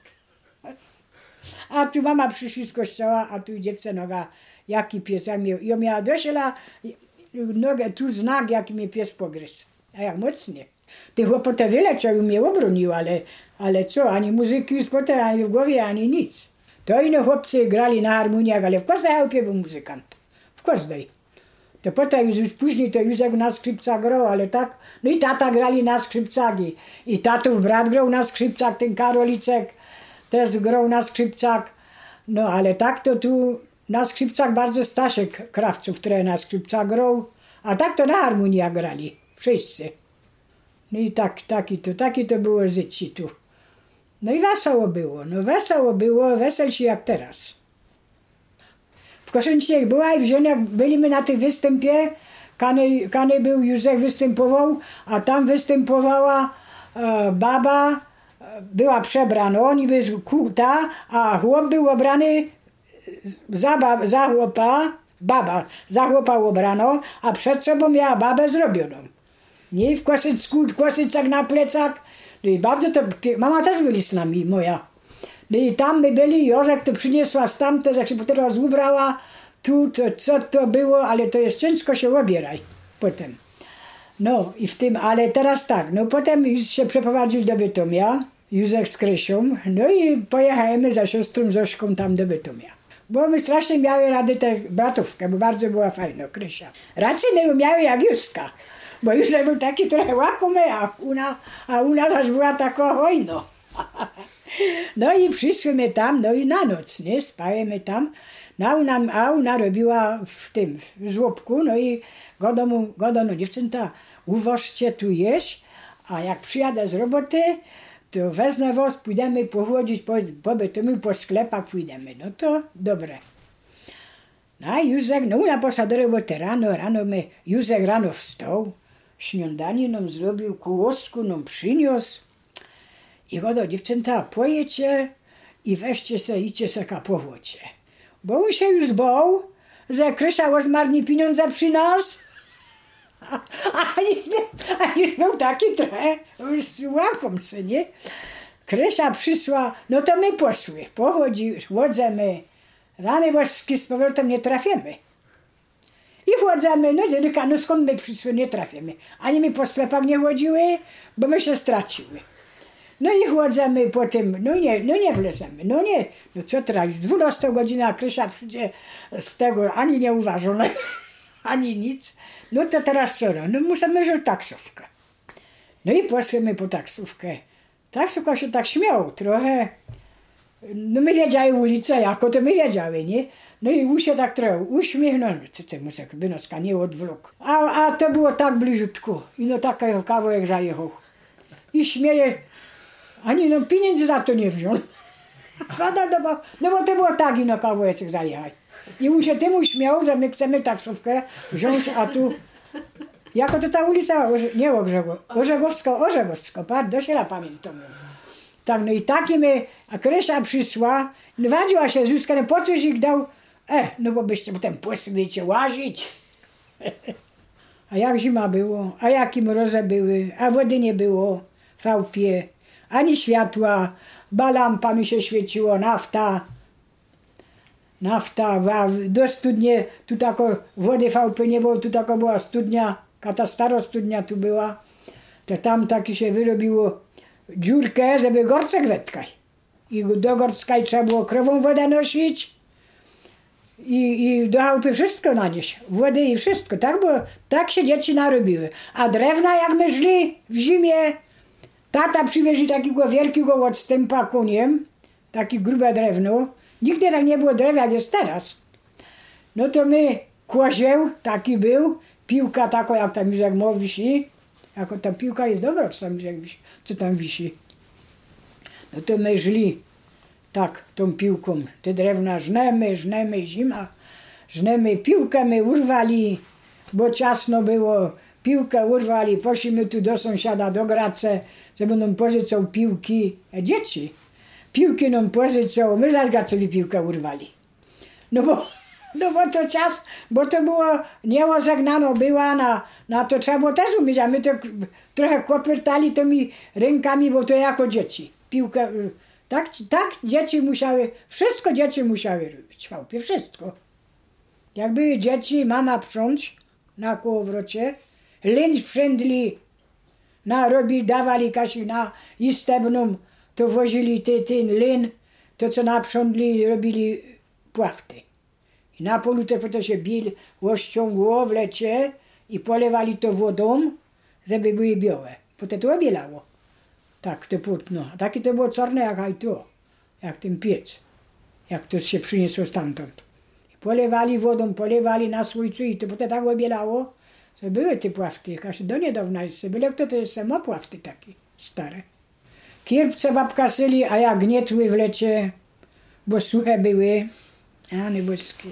A tu mama przyszła z kościoła, a tu dziewczę noga, jaki pies. Ja miał, ja miała dosiela nogę, tu znak, jaki mnie pies pogryzł. A jak mocnie. Ty chłopota wyleciał i mnie obronił, ale, ale co, ani muzyki już potem, ani w głowie, ani nic. To inne chłopcy grali na harmoniach, ale w każdej chałupie był muzykant. W każdej. To potem już, już później to Józek na skrzypcach grał, ale tak. No i tata grali na skrzypcach i, i tatów brat grał na skrzypcach, ten Karolicek też grał na skrzypcach. No ale tak to tu na skrzypcach bardzo Stasiek Krawców, który na skrzypcach grał, a tak to na harmoniach grali. Wszyscy. No i tak, taki to, taki to było życie tu. No i wesoło było, no wesoło było, wesel się jak teraz. W Koszęcinie była i w Zieniach byliśmy na tych występie, Kany, Kany był, Józef występował, a tam występowała e, baba, e, była przebrana, niby kuta, a chłop był ubrany za, bab, za chłopa, baba za chłopa ubrano, a przed sobą miała babę zrobioną. Nie w Kosycku, w Kosycach na plecach. No i bardzo to, mama też byli z nami, moja. No i tam my byli, Józek to przyniosła stamtąd, jak się potem ubrała, tu, to, co to było, ale to jest ciężko się obieraj potem. No i w tym, ale teraz tak, no potem już się przeprowadzili do Bytomia, Józek z Krysią, no i pojechaliśmy za siostrą Zośką tam do Bytomia. Bo my strasznie miały rady tę bratówkę, bo bardzo była fajna, Krysia. Raczej nie umiały jak Józka. Bo już był taki trochę łakomy, a ona, a ona też była taka hojno. No i przyszłymy tam, no i na noc, nie, spajemy tam. No, a, ona, a ona robiła w tym, w żłobku, no i godo, godo no dziewczęta, uważcie tu jeść, a jak przyjadę z roboty, to wezmę was, pójdziemy pochodzić po, po Bytomiu, po sklepach pójdziemy. No to dobre. No i Józek, no ona poszła do roboty rano, rano my, Józek rano wstał, śniadanie nam zrobił, kłosku nam przyniósł. I godo, dziewczęta, pojecie i weźcie se, idźcie se kapowocie. Bo on się już bał, że Krysia zmarnie pieniądze przy nas. A, a, a już był taki trochę, już łakomcy, nie? Krysia przyszła, no to my poszły, pochodzi, chodzimy. Rany boskie z powrotem nie trafimy. I chodzimy, no, no skąd my przyszły, nie trafimy. Ani my po sklepach nie chodziły, bo my się straciły. No i chodzimy potem, no nie, no nie wlezemy, no nie, no co teraz, dwunasta godzina, Krysia przyjdzie z tego, ani nie uważona, ani nic. No to teraz co, no musimy wziąć taksówkę. No i poszliśmy po taksówkę. Taksówka się tak śmiał trochę. No my wiedziały ulicę, jako to my wiedziały, nie? No i mu się tak trochę uśmiechnął, no co ty mu się wynoska nie odwlókł. A, a to było tak bliziutko i no taki kawałek zajechał. I śmieje, ani no pieniędzy za to nie wziął. No, no, bo, no bo to było tak i no kawałek zajechać. I mu się tym uśmiał, że my chcemy taksówkę wziąć, a tu... Jako to ta ulica, nie Ogrzego, Orzegowska, Orzegowska, do siela pamiętam. Tak, no i taki my, a Krysia przyszła, wadziła się z Józkiem, po coś ich dał, e, no bo byście potem poszliście łazić. A jak zima było, a jakie mroze były, a wody nie było w chałupie, ani światła, ba lampa mi się świeciło, nafta. nafta, do studnie, tu tako wody V P nie było, tu tako była studnia, ta stara studnia tu była, to tam taki się wyrobiło dziurkę, żeby gorcek wetkać. I do gorcka trzeba było krową wodę nosić i, i do chałupy wszystko nanieść, wody i wszystko. Tak, było, tak się dzieci narobiły. A drewna jak my szli w zimie, tata przywieźli takiego wielkiego odstępa koniem, takie grube drewno. Nigdy tak nie było drewna, jak jest teraz. No to my, kozieł taki był, piłka taka jak tam jak ma wisi, jako ta piłka jest dobra, co tam, jak wisi, co tam wisi. No to my szli tak tą piłką, te drewna żnemy, żnemy, zima, żnemy, piłkę my urwali, bo ciasno było, piłkę urwali, poszliśmy tu do sąsiada, do Grace, żeby nam pożyczał piłki, a dzieci. Piłki nam pożyczał, my zaś Gracowi piłkę urwali. No bo, no bo to czas, bo to było, nie rozegnano była, na, na to trzeba było też umieć, a my to trochę kopyrtali tymi rękami, bo to jako dzieci. Piłkę, tak, tak dzieci musiały, wszystko dzieci musiały robić, w chałupie, wszystko. Jak były dzieci, mama prząć na kołowrocie, lędź wszędli, na robi, dawali Kasi na istebną, to wozili ty, ten lin, to co naprządli, robili płachty. I na polu to potem się bil, łościągło w lecie i polewali to wodą, żeby były białe. Potem to obielało. Tak, to płótno. A takie to było czarne jak hajto, jak ten piec, jak to się przyniosło stamtąd. I polewali wodą, polewali na słońcu i to potem tak obielało, że były te płachty. Kasi do niedawna jeszcze, byle kto to jeszcze ma płachty takie stare. Kierpce babka syli, a jak gnietły w lecie, bo suche były, Rany boskie.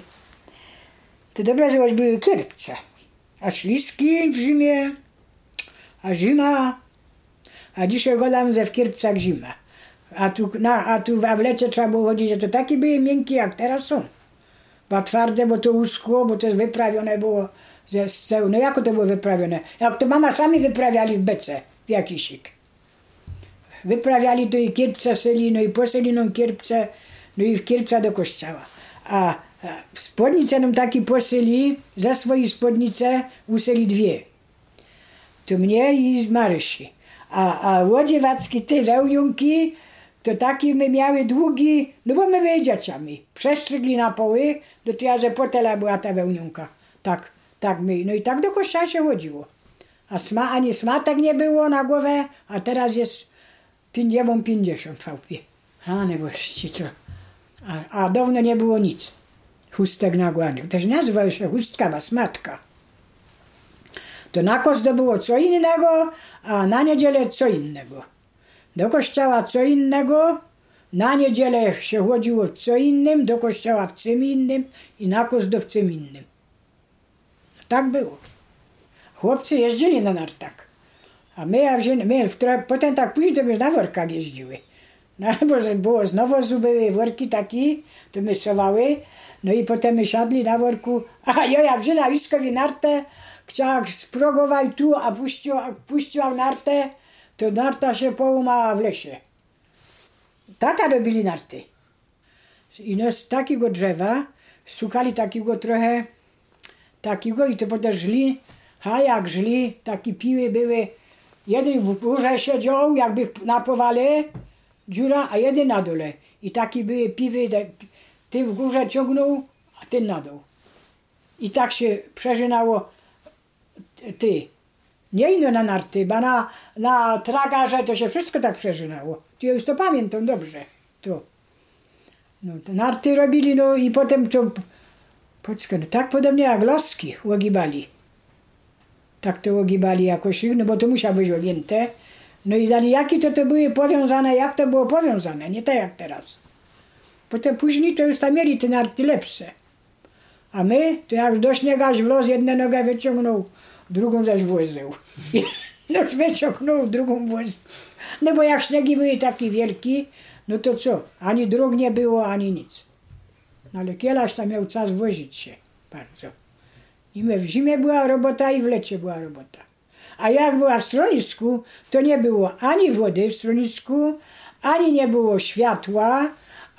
To dobre, że były kierpce, a śliski w zimie, a zima, a dzisiaj gadam, że w kierpcach zima. A tu, na, a tu a w lecie trzeba było chodzić, że to takie były miękkie, jak teraz są. Bo twarde, bo to uschło, bo to wyprawione było ze sceł. No jak to było wyprawione? Jak to mama sami wyprawiali w bece, w jakisik. Wyprawiali to i kierpce syli, no i posyli nam kierpce, no i w kierpca do kościoła. A, a spodnice nam taki posyli, za swoje spodnice usyli dwie. To mnie i Marysi. A, a łodziewacki, te wełniunki, to taki my miały długi, no bo my byli dzieciami. Przestrzygli na poły, do tego, że potela była ta wełniunka. Tak, tak my, no i tak do kościoła się chodziło. A sma, ani smatek nie było na głowę, a teraz jest pięćdziesiąt pięćdziesiąt w chałupie. A nie bości co. A, a dawno nie było nic. Chustek na głowę. Też nazywał się chustka basmatka. To na kość to było co innego, a na niedzielę co innego. Do kościoła co innego, na niedzielę się chodziło w co innym, do kościoła w czym innym i na kość do w czym innym. No tak było. Chłopcy jeździli na nartach. A my, jak wzięli, my w, potem tak później to my na workach jeździły. No, bo było z nawozu były worki takie, to my sowały. No i potem my siadli na worku. A ja jak wzięła Juskowi nartę, chciała sprogować tu, a puściła, puściła nartę, to narta się połamała w lesie. Taka robili narty. I no z takiego drzewa szukali takiego trochę, takiego i to potem żli, a jak żli, takie piły były, jeden w górze siedział, jakby na powale, dziura, a jeden na dole. I takie były piwy, ten w górze ciągnął, a ten na dół. I tak się przeżynało ty. Nie ino na narty, bo na, na tragarze to się wszystko tak przeżynało. Ja już to pamiętam dobrze. To. No, to narty robili, no i potem to, poczekaj, no, tak podobnie jak loski ogibali. Tak to ogibali jakoś, no bo to musiało być ogięte. No i dali, jakie to, to były powiązane, jak to było powiązane, nie tak jak teraz. Potem później to już tam mieli te narty lepsze. A my, to jak do śniegaś w los, jedną nogę wyciągnął, drugą zaś włożył. No wyciągnął, drugą włożył. No bo jak śniegi były takie wielkie, no to co? Ani dróg nie było, ani nic. No ale kielaś tam miał czas wozić się bardzo. I my w zimie była robota i w lecie była robota. A jak była w schronisku, to nie było ani wody w schronisku, ani nie było światła,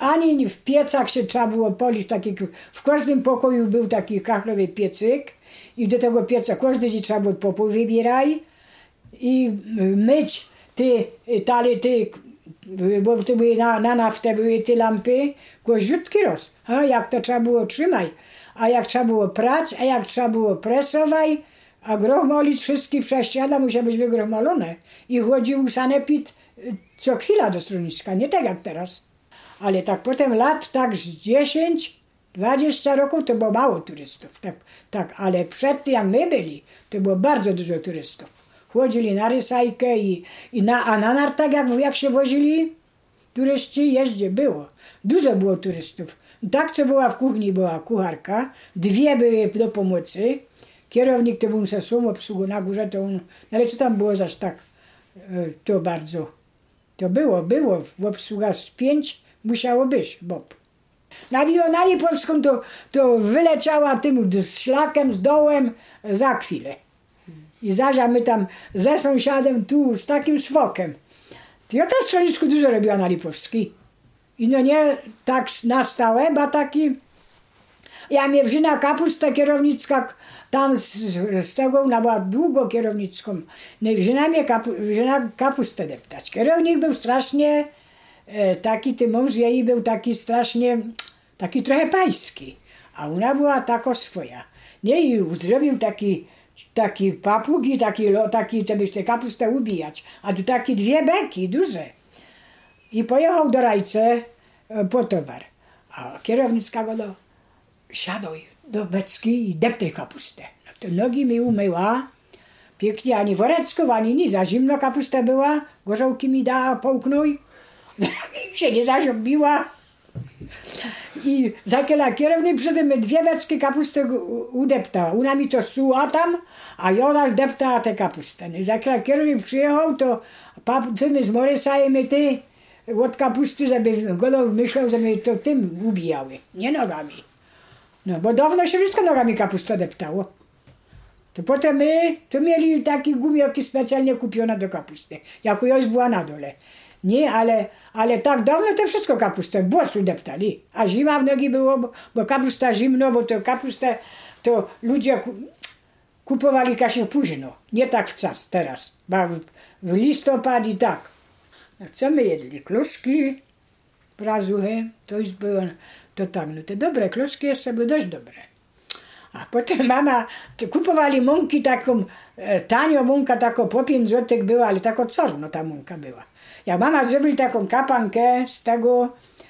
ani w piecach się trzeba było polić, taki, w każdym pokoju był taki kachlowy piecyk i do tego pieca każdy dzień trzeba było popół wybieraj i myć ty, tali, ty, bo to były na, na naftę były te lampy, koziutki roz. A jak to trzeba było trzymać, a jak trzeba było prać, a jak trzeba było presować, a grochmolić wszystkie prześciadła musiały być wygrochmolone i chodził sanepid co chwila do schroniska, nie tak jak teraz. Ale tak potem lat tak z dziesięć, dwadzieścia roków to było mało turystów. Tak, tak, ale przed tym jak my byli, to było bardzo dużo turystów. Chodzili na rysajkę i, i na, a na nartach jak, jak się wozili turyści, jeździe było. Dużo było turystów. Tak co była w kuchni, była kucharka, dwie były do pomocy. Kierownik to był se sam obsługu na górze, to on, ale co tam było zaś tak, to bardzo, to było, było, w obsługach z pięć musiało być, Bob. Na, na Lipowską to, to wyleciała tym szlakiem z dołem za chwilę. I Zazia my tam ze sąsiadem tu z takim swokiem. Ja też w schronisku dużo robiła na Lipowskiej. I no nie tak na stałe, bo taki, ja mnie wrzyna kapustę kierownicka, tam z, z tego, ona była długo kierownicką, no i wrzyna mnie kapu, wrzyna kapustę deptać. Kierownik był strasznie e, taki, ty mąż jej był taki strasznie, taki trochę pański, a ona była tako swoja. Nie, i zrobił taki, taki papug i taki, taki, żebyś tę kapustę ubijać, a tu takie dwie beki, duże. I pojechał do Rajce e, po towar, a kierownicka go do, siadaj do beczki i deptaj kapustę. No to nogi mi umyła, pięknie, ani woreczków, ani nic, za zimno kapusta była, gorzołki mi dała, połknąj, się nie zaziąbiła. I za kiela kierownik przede mnie dwie beczki kapusty udeptała. Ona mi to suła tam, a ja deptała tę kapustę. I za kiela kierownik przyjechał, to papy z Morysajem ty od kapusty, żeby go myślał, że mnie to tym ubijały, nie nogami. No, bo dawno się wszystko nogami kapusta deptało. To potem my to mieli takie gumioki specjalnie kupione do kapusty. Jak już była na dole. Nie, ale, ale tak dawno to wszystko kapustę bosu deptali. A zima w nogi było, bo, bo kapusta zimno, bo to kapustę to ludzie kupowali kasie późno. Nie tak w czas teraz. Bo w listopad i tak. No, co my jedli? Kluski, prazuchy, to już było, to tak, no te dobre kluski jeszcze były dość dobre. A potem mama, kupowali mąki taką, e, tanio mąka taką po pięć złotych była, ale taką czarno ta mąka była. Jak mama zrobili taką kapankę z tego,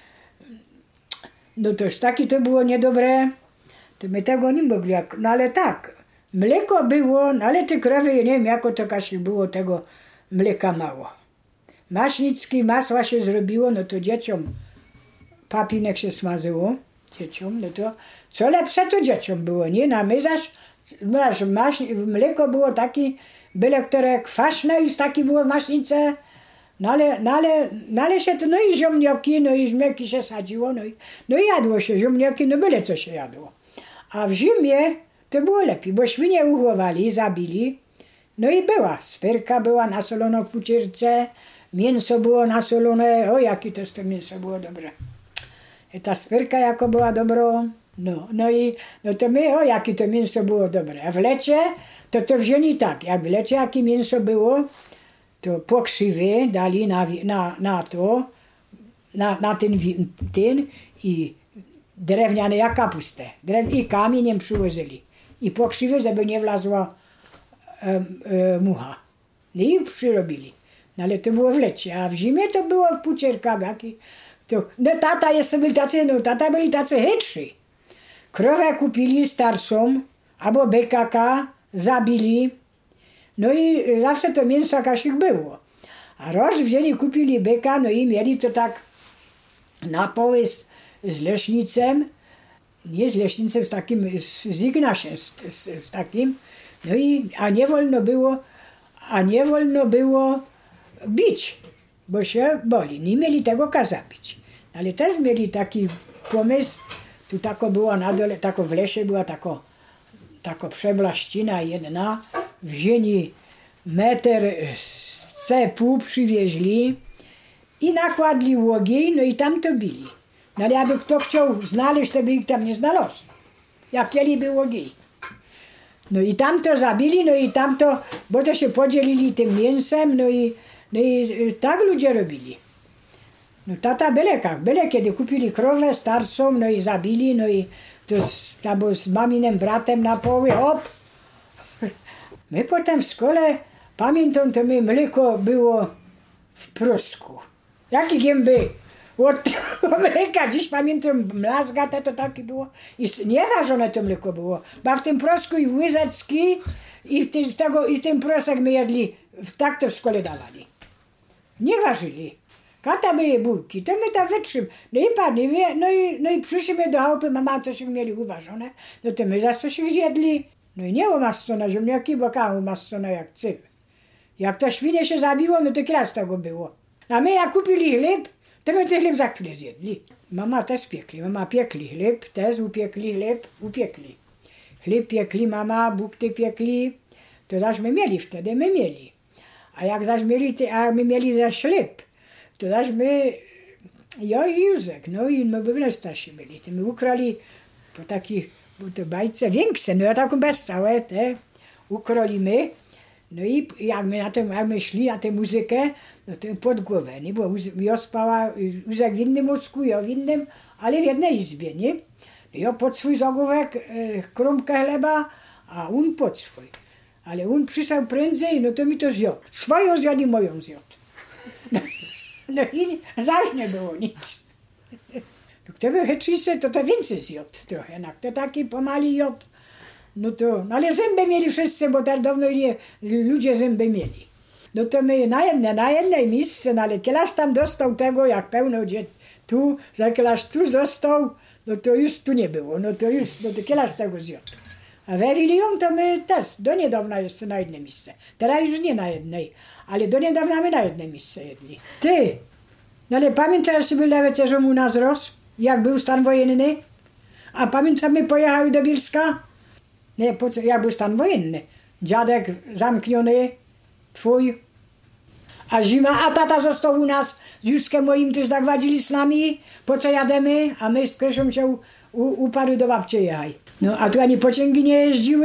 no to już takie to było niedobre, to my tego nie mogli, no ale tak, mleko było, no ale te krowy, nie wiem jako to Kasi było tego mleka mało. Maśnicki, masła się zrobiło, no to dzieciom papinek się smażyło, dzieciom, no to co lepsze to dzieciom było, nie? Na my zaś, maś, mleko było taki, byle które kwaśne i z taki było maśnice, no ale, no ale, no ale się to, no i ziemnioki, no i żmioki się sadziło, no i, no i jadło się ziemnioki, no byle co się jadło. A w zimie to było lepiej, bo świnie uchowali, zabili, no i była, spyrka była nasolona w fucierce, mięso było nasolone, o jakie to, to mięso było dobre. I ta spyrka jako była dobro, no, no i no to my, o jakie to mięso było dobre. A w lecie to to wzięli tak, jak w lecie jakie mięso było, to pokrzywy dali na, na, na to, na, na ten, ten i drewniane jak kapustę. Drew, i kamieniem przyłożyli. I pokrzywy, żeby nie wlazła e, e, mucha. I przyrobili. No ale to było w lecie, a w zimie to było w pucierkach. To, no tata jest byli tacy, no tata byli tacy chytrzy. Krowę kupili starszą, albo bekaka, zabili. No i zawsze to mięso jakieś było. A raz wzięli, kupili byka, no i mieli to tak na poły z, z lesznicem, nie z lesznicem, z takim, z, z Ignasiem, z, z, z takim. No i, a nie wolno było, a nie wolno było bić, bo się boli. Nie mieli tego kazabić. Ale też mieli taki pomysł, tu tako było na dole, tako w lesie była tako, tako przeblaścina jedna, wzięli meter z cepu, przywieźli i nakładli łogień, no i tam to bili. No ale aby kto chciał znaleźć, to by ich tam nie znalazł. Jak kieli było gej. No i tamto zabili, no i tamto, bo to się podzielili tym mięsem, no i, no i tak ludzie robili. No tata byle jak, byle kiedy kupili krowę starszą, no i zabili, no i to z, albo z maminem bratem na poły, hop. My potem w szkole, pamiętam, to my mleko było w prosku. Jakie gęby od mleka, dziś pamiętam, mlazgate to takie było. I nieważone to mleko było, bo w tym prosku i łyżeczki i w tym, z tego, i w tym prosek my jedli, tak to w szkole dawali. Nie ważyli. Kata myje bułki, to my tam wytrzym. No i pani, no i, no i przyszliśmy do chałupy, mama coś mieli uważone, no to my za coś ich zjedli. No i nie umascone ziemniaki, bo kam umascone jak cyp. Jak to świnie się zabiło, no to kiela z tego było. A my jak kupili chleb, to my ten chleb za chwilę zjedli. Mama też piekli, mama piekli chleb, też upiekli chleb, upiekli. Chleb piekli mama, bukty piekli, to zaśmy mieli wtedy, my mieli. A jak zaś mieli, a my mieli za chleb, to zaśmy, ja i Józek, no i my byli starsi byli, to my ukrali po takich, bo to bajce większe, no ja taką bez całe te ukrolimy. No i jak my, na tym, jak my szli na tę muzykę, no to pod głowę, nie? Bo ja spała, Józek w innym łóżku, ja w innym, ale w jednej izbie, nie? No ja pod swój zagłówek, e, kromkę chleba, a on pod swój. Ale on przyszedł prędzej, no to mi to zjadł. Swoją zjadł i moją zjadł. No, no i zaś nie było nic. No kto by chytrzyjszy, to to więcej zjadł trochę, no kto taki pomali jadł. No to, no ale zęby mieli wszyscy, bo tak dawno nie, ludzie zęby mieli. No to my na jedne, na jednej miejsce, no ale kiedyś tam dostał tego, jak pełno gdzie tu, za kiedyś tu został, no to już tu nie było, no to już, no to kiedyś tego zjadł. A we Wilią to my też, do niedawna jeszcze na jednej miejsce. Teraz już nie na jednej, ale do niedawna my na jednej miejsce jedli. Ty, no ale pamiętasz, że był nawet też u nas roz, jak był stan wojenny? A pamiętamy, pojechali do Bielska? Nie, po co, jak był stan wojenny. Dziadek zamkniony, twój, a zima, a tata został u nas z Józkiem moim, też zagwadzili z nami, po co jademy, a my z Krysią się u, uparły do babci jechaj. No a tu ani pociągi nie jeździły,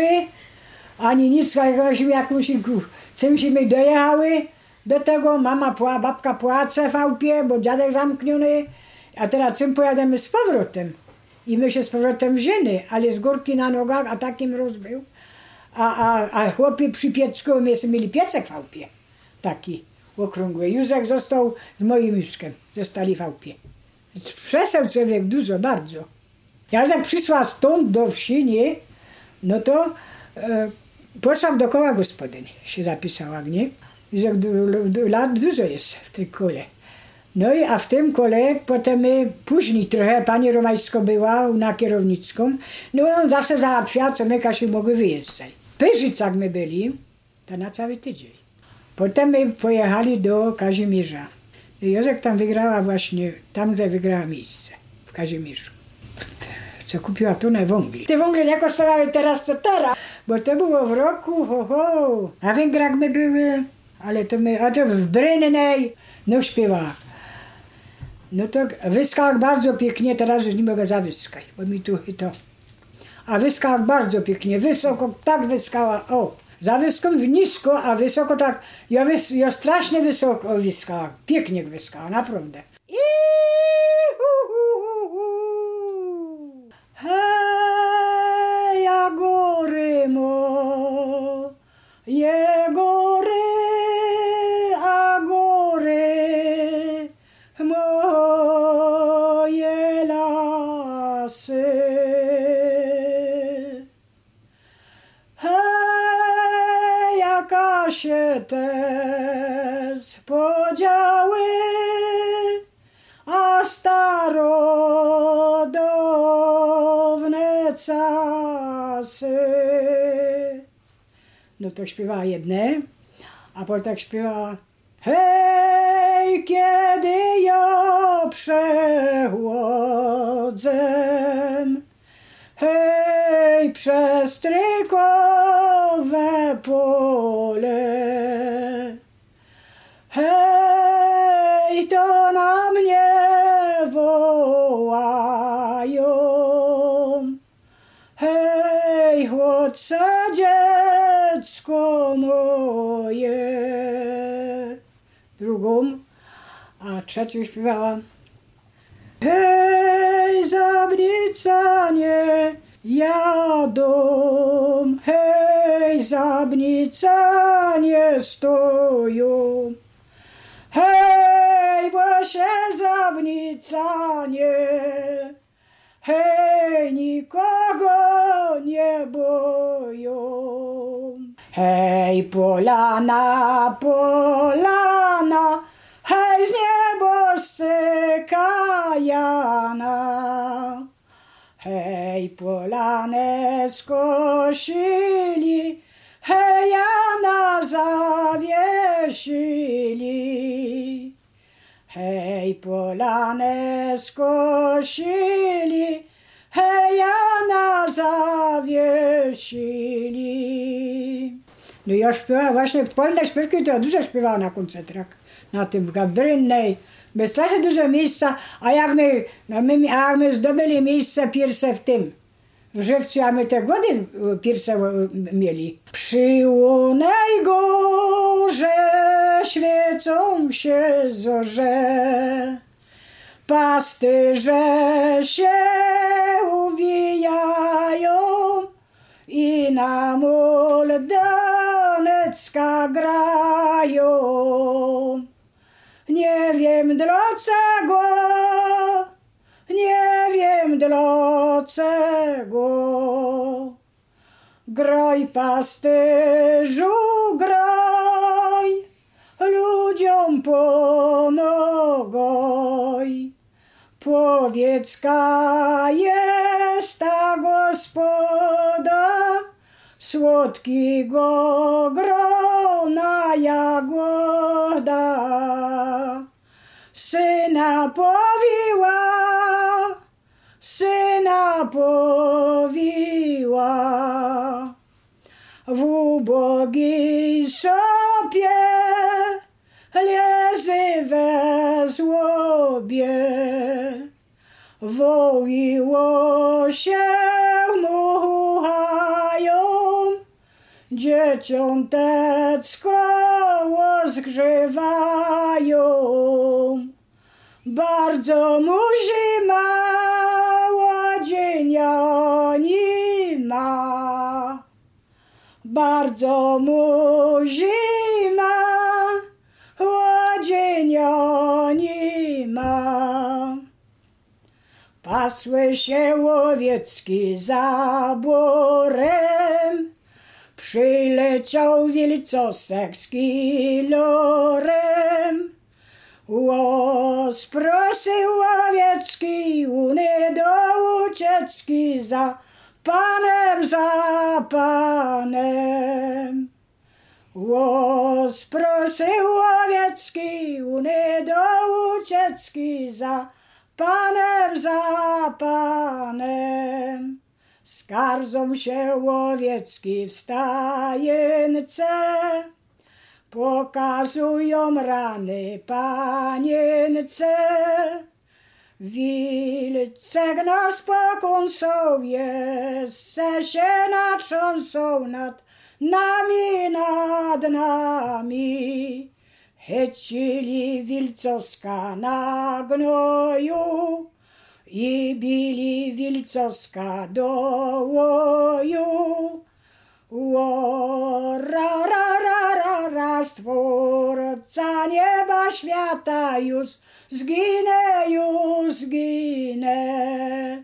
ani nic, jakąś, jakąś czymśmy dojechały do tego, mama, pła, babka płacze w chałupie, bo dziadek zamkniony, a teraz czym pojadziemy z powrotem? I my się z powrotem wzięli, ale z górki na nogach, a takim roz był. A, a, a chłopie przy piecku, my mieli piecek w chałupie, taki okrągły. Józek został z moim Józkiem, zostali w chałupie. Więc przesał człowiek dużo, bardzo. Ja jak przyszła stąd do wsi, nie, no to e, poszła do koła gospodyń, się zapisała, nie? Józek du, du, lat dużo jest w tej kole. No i a w tym kole potem my, później trochę pani Romańsko była na kierownicką, no on zawsze załatwiał, co my Kasiu mogły wyjeżdżać. W Pyrzycach my byli, to na cały tydzień. Potem my pojechali do Kazimierza. Józek tam wygrała właśnie, tam gdzie wygrała miejsce, w Kazimierzu. Co kupiła tonę węgli. Te węgle nie kosztowały teraz co teraz, bo to było w roku, ho, ho. Na Węgrach my były, ale to my, a to w Brynnej, no śpiewała. No to wyskał bardzo pięknie, teraz już nie mogę zawyskać, bo mi tu i to. A wyskał bardzo pięknie, wysoko, tak wyskała, o. Za wyską nisko, a wysoko tak, ja, wys, ja strasznie wysoko wyskała, pięknie wyskała, naprawdę. I hu, hu, hu, hu. Hej, ja góry mo, je góry, a góry, moje lasy. Hej, jaka się też podziały, a starodawne czasy. No to śpiewała jedne, a potem śpiewała hej, kiedy ja przechodzę, hej, przez strykowe pole, hej, to na mnie woła słodce dziecko moje. Drugą, a trzecią śpiewałam. Hej, zabnica nie jadą, hej, zabnica nie stoją. Hej, bo się zabnica nie, hej, nikogo nie boją. Hej, polana, polana, hej, z nieboscy kajana. Hej, polanę skosili, hej, jana zawiesili. Hej, polanę skosili, hej, jana zawiesili. No ja śpiewałam właśnie polne śpiewki, to ja dużo śpiewałam na koncertach, na tym Gabrynnej. Było strasznie dużo miejsca, a jak my, no my, a jak my zdobyli miejsce pierwsze w tym, w Żywcu, a my te gody pierwsze mieli. Przy Łonej Górze świecą się zorze, pasterze się uwijają i na Moldanecka grają. Nie wiem dlaczego, nie wiem dlaczego. Graj, pasterzu, graj, ludziom pomogoj. Powiedz, ka jest ta gospoda, słodkiego grona jagoda. Syna powiła, syna powiła, w ubogiej szopie leży we żłobie. Wołyło się muchają, dzieciątecko zgrzewają. Bardzo mu zima, łodzienia nie ma. Bardzo mu zima, łodzienia nie ma. Pasły się łowiecki za borem, przyleciał wilcosek z kilorem. Łos prosił łowiecki, uny do ucieczki, za panem, za panem. Łos prosił łowiecki, uny do ucieczki, za panem, za panem. Skarżą się łowiecki w stajence, pokazują rany panience. Wilcek nas pokąsą, jeszcze się natrząsą nad nami, nad nami. Chycili wilcoska na gnoju i bili wilcoska do łoju. Ło, ra, ra, ra, ra, ra, Stwórca nieba świata już zginę, już zginę.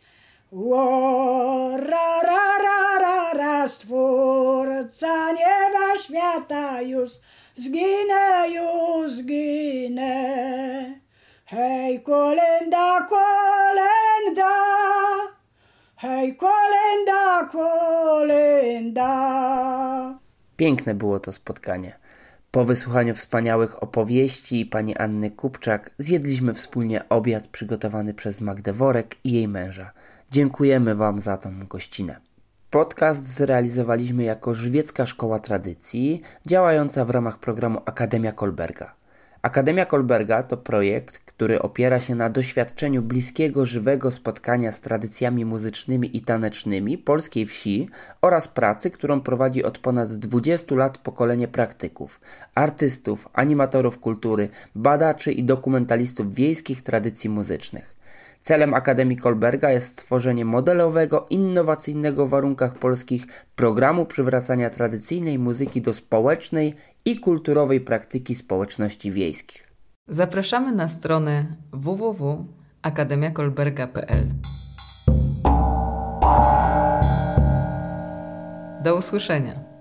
Ło, ra, ra, ra, ra, ra, Stwórca nieba świata już zginę, już zginę. Hej, kolenda, kolenda, hej, kolenda, kolenda. Piękne było to spotkanie. Po wysłuchaniu wspaniałych opowieści pani Anny Kupczak zjedliśmy wspólnie obiad przygotowany przez Magdę Worek i jej męża. Dziękujemy wam za tą gościnę. Podcast zrealizowaliśmy jako Żywiecka Szkoła Tradycji, działająca w ramach programu Akademia Kolberga. Akademia Kolberga to projekt, który opiera się na doświadczeniu bliskiego, żywego spotkania z tradycjami muzycznymi i tanecznymi polskiej wsi oraz pracy, którą prowadzi od ponad dwudziestu lat pokolenie praktyków, artystów, animatorów kultury, badaczy i dokumentalistów wiejskich tradycji muzycznych. Celem Akademii Kolberga jest stworzenie modelowego, innowacyjnego w warunkach polskich programu przywracania tradycyjnej muzyki do społecznej i kulturowej praktyki społeczności wiejskich. Zapraszamy na stronę w w w kropka akademia kolberga kropka p l. Do usłyszenia.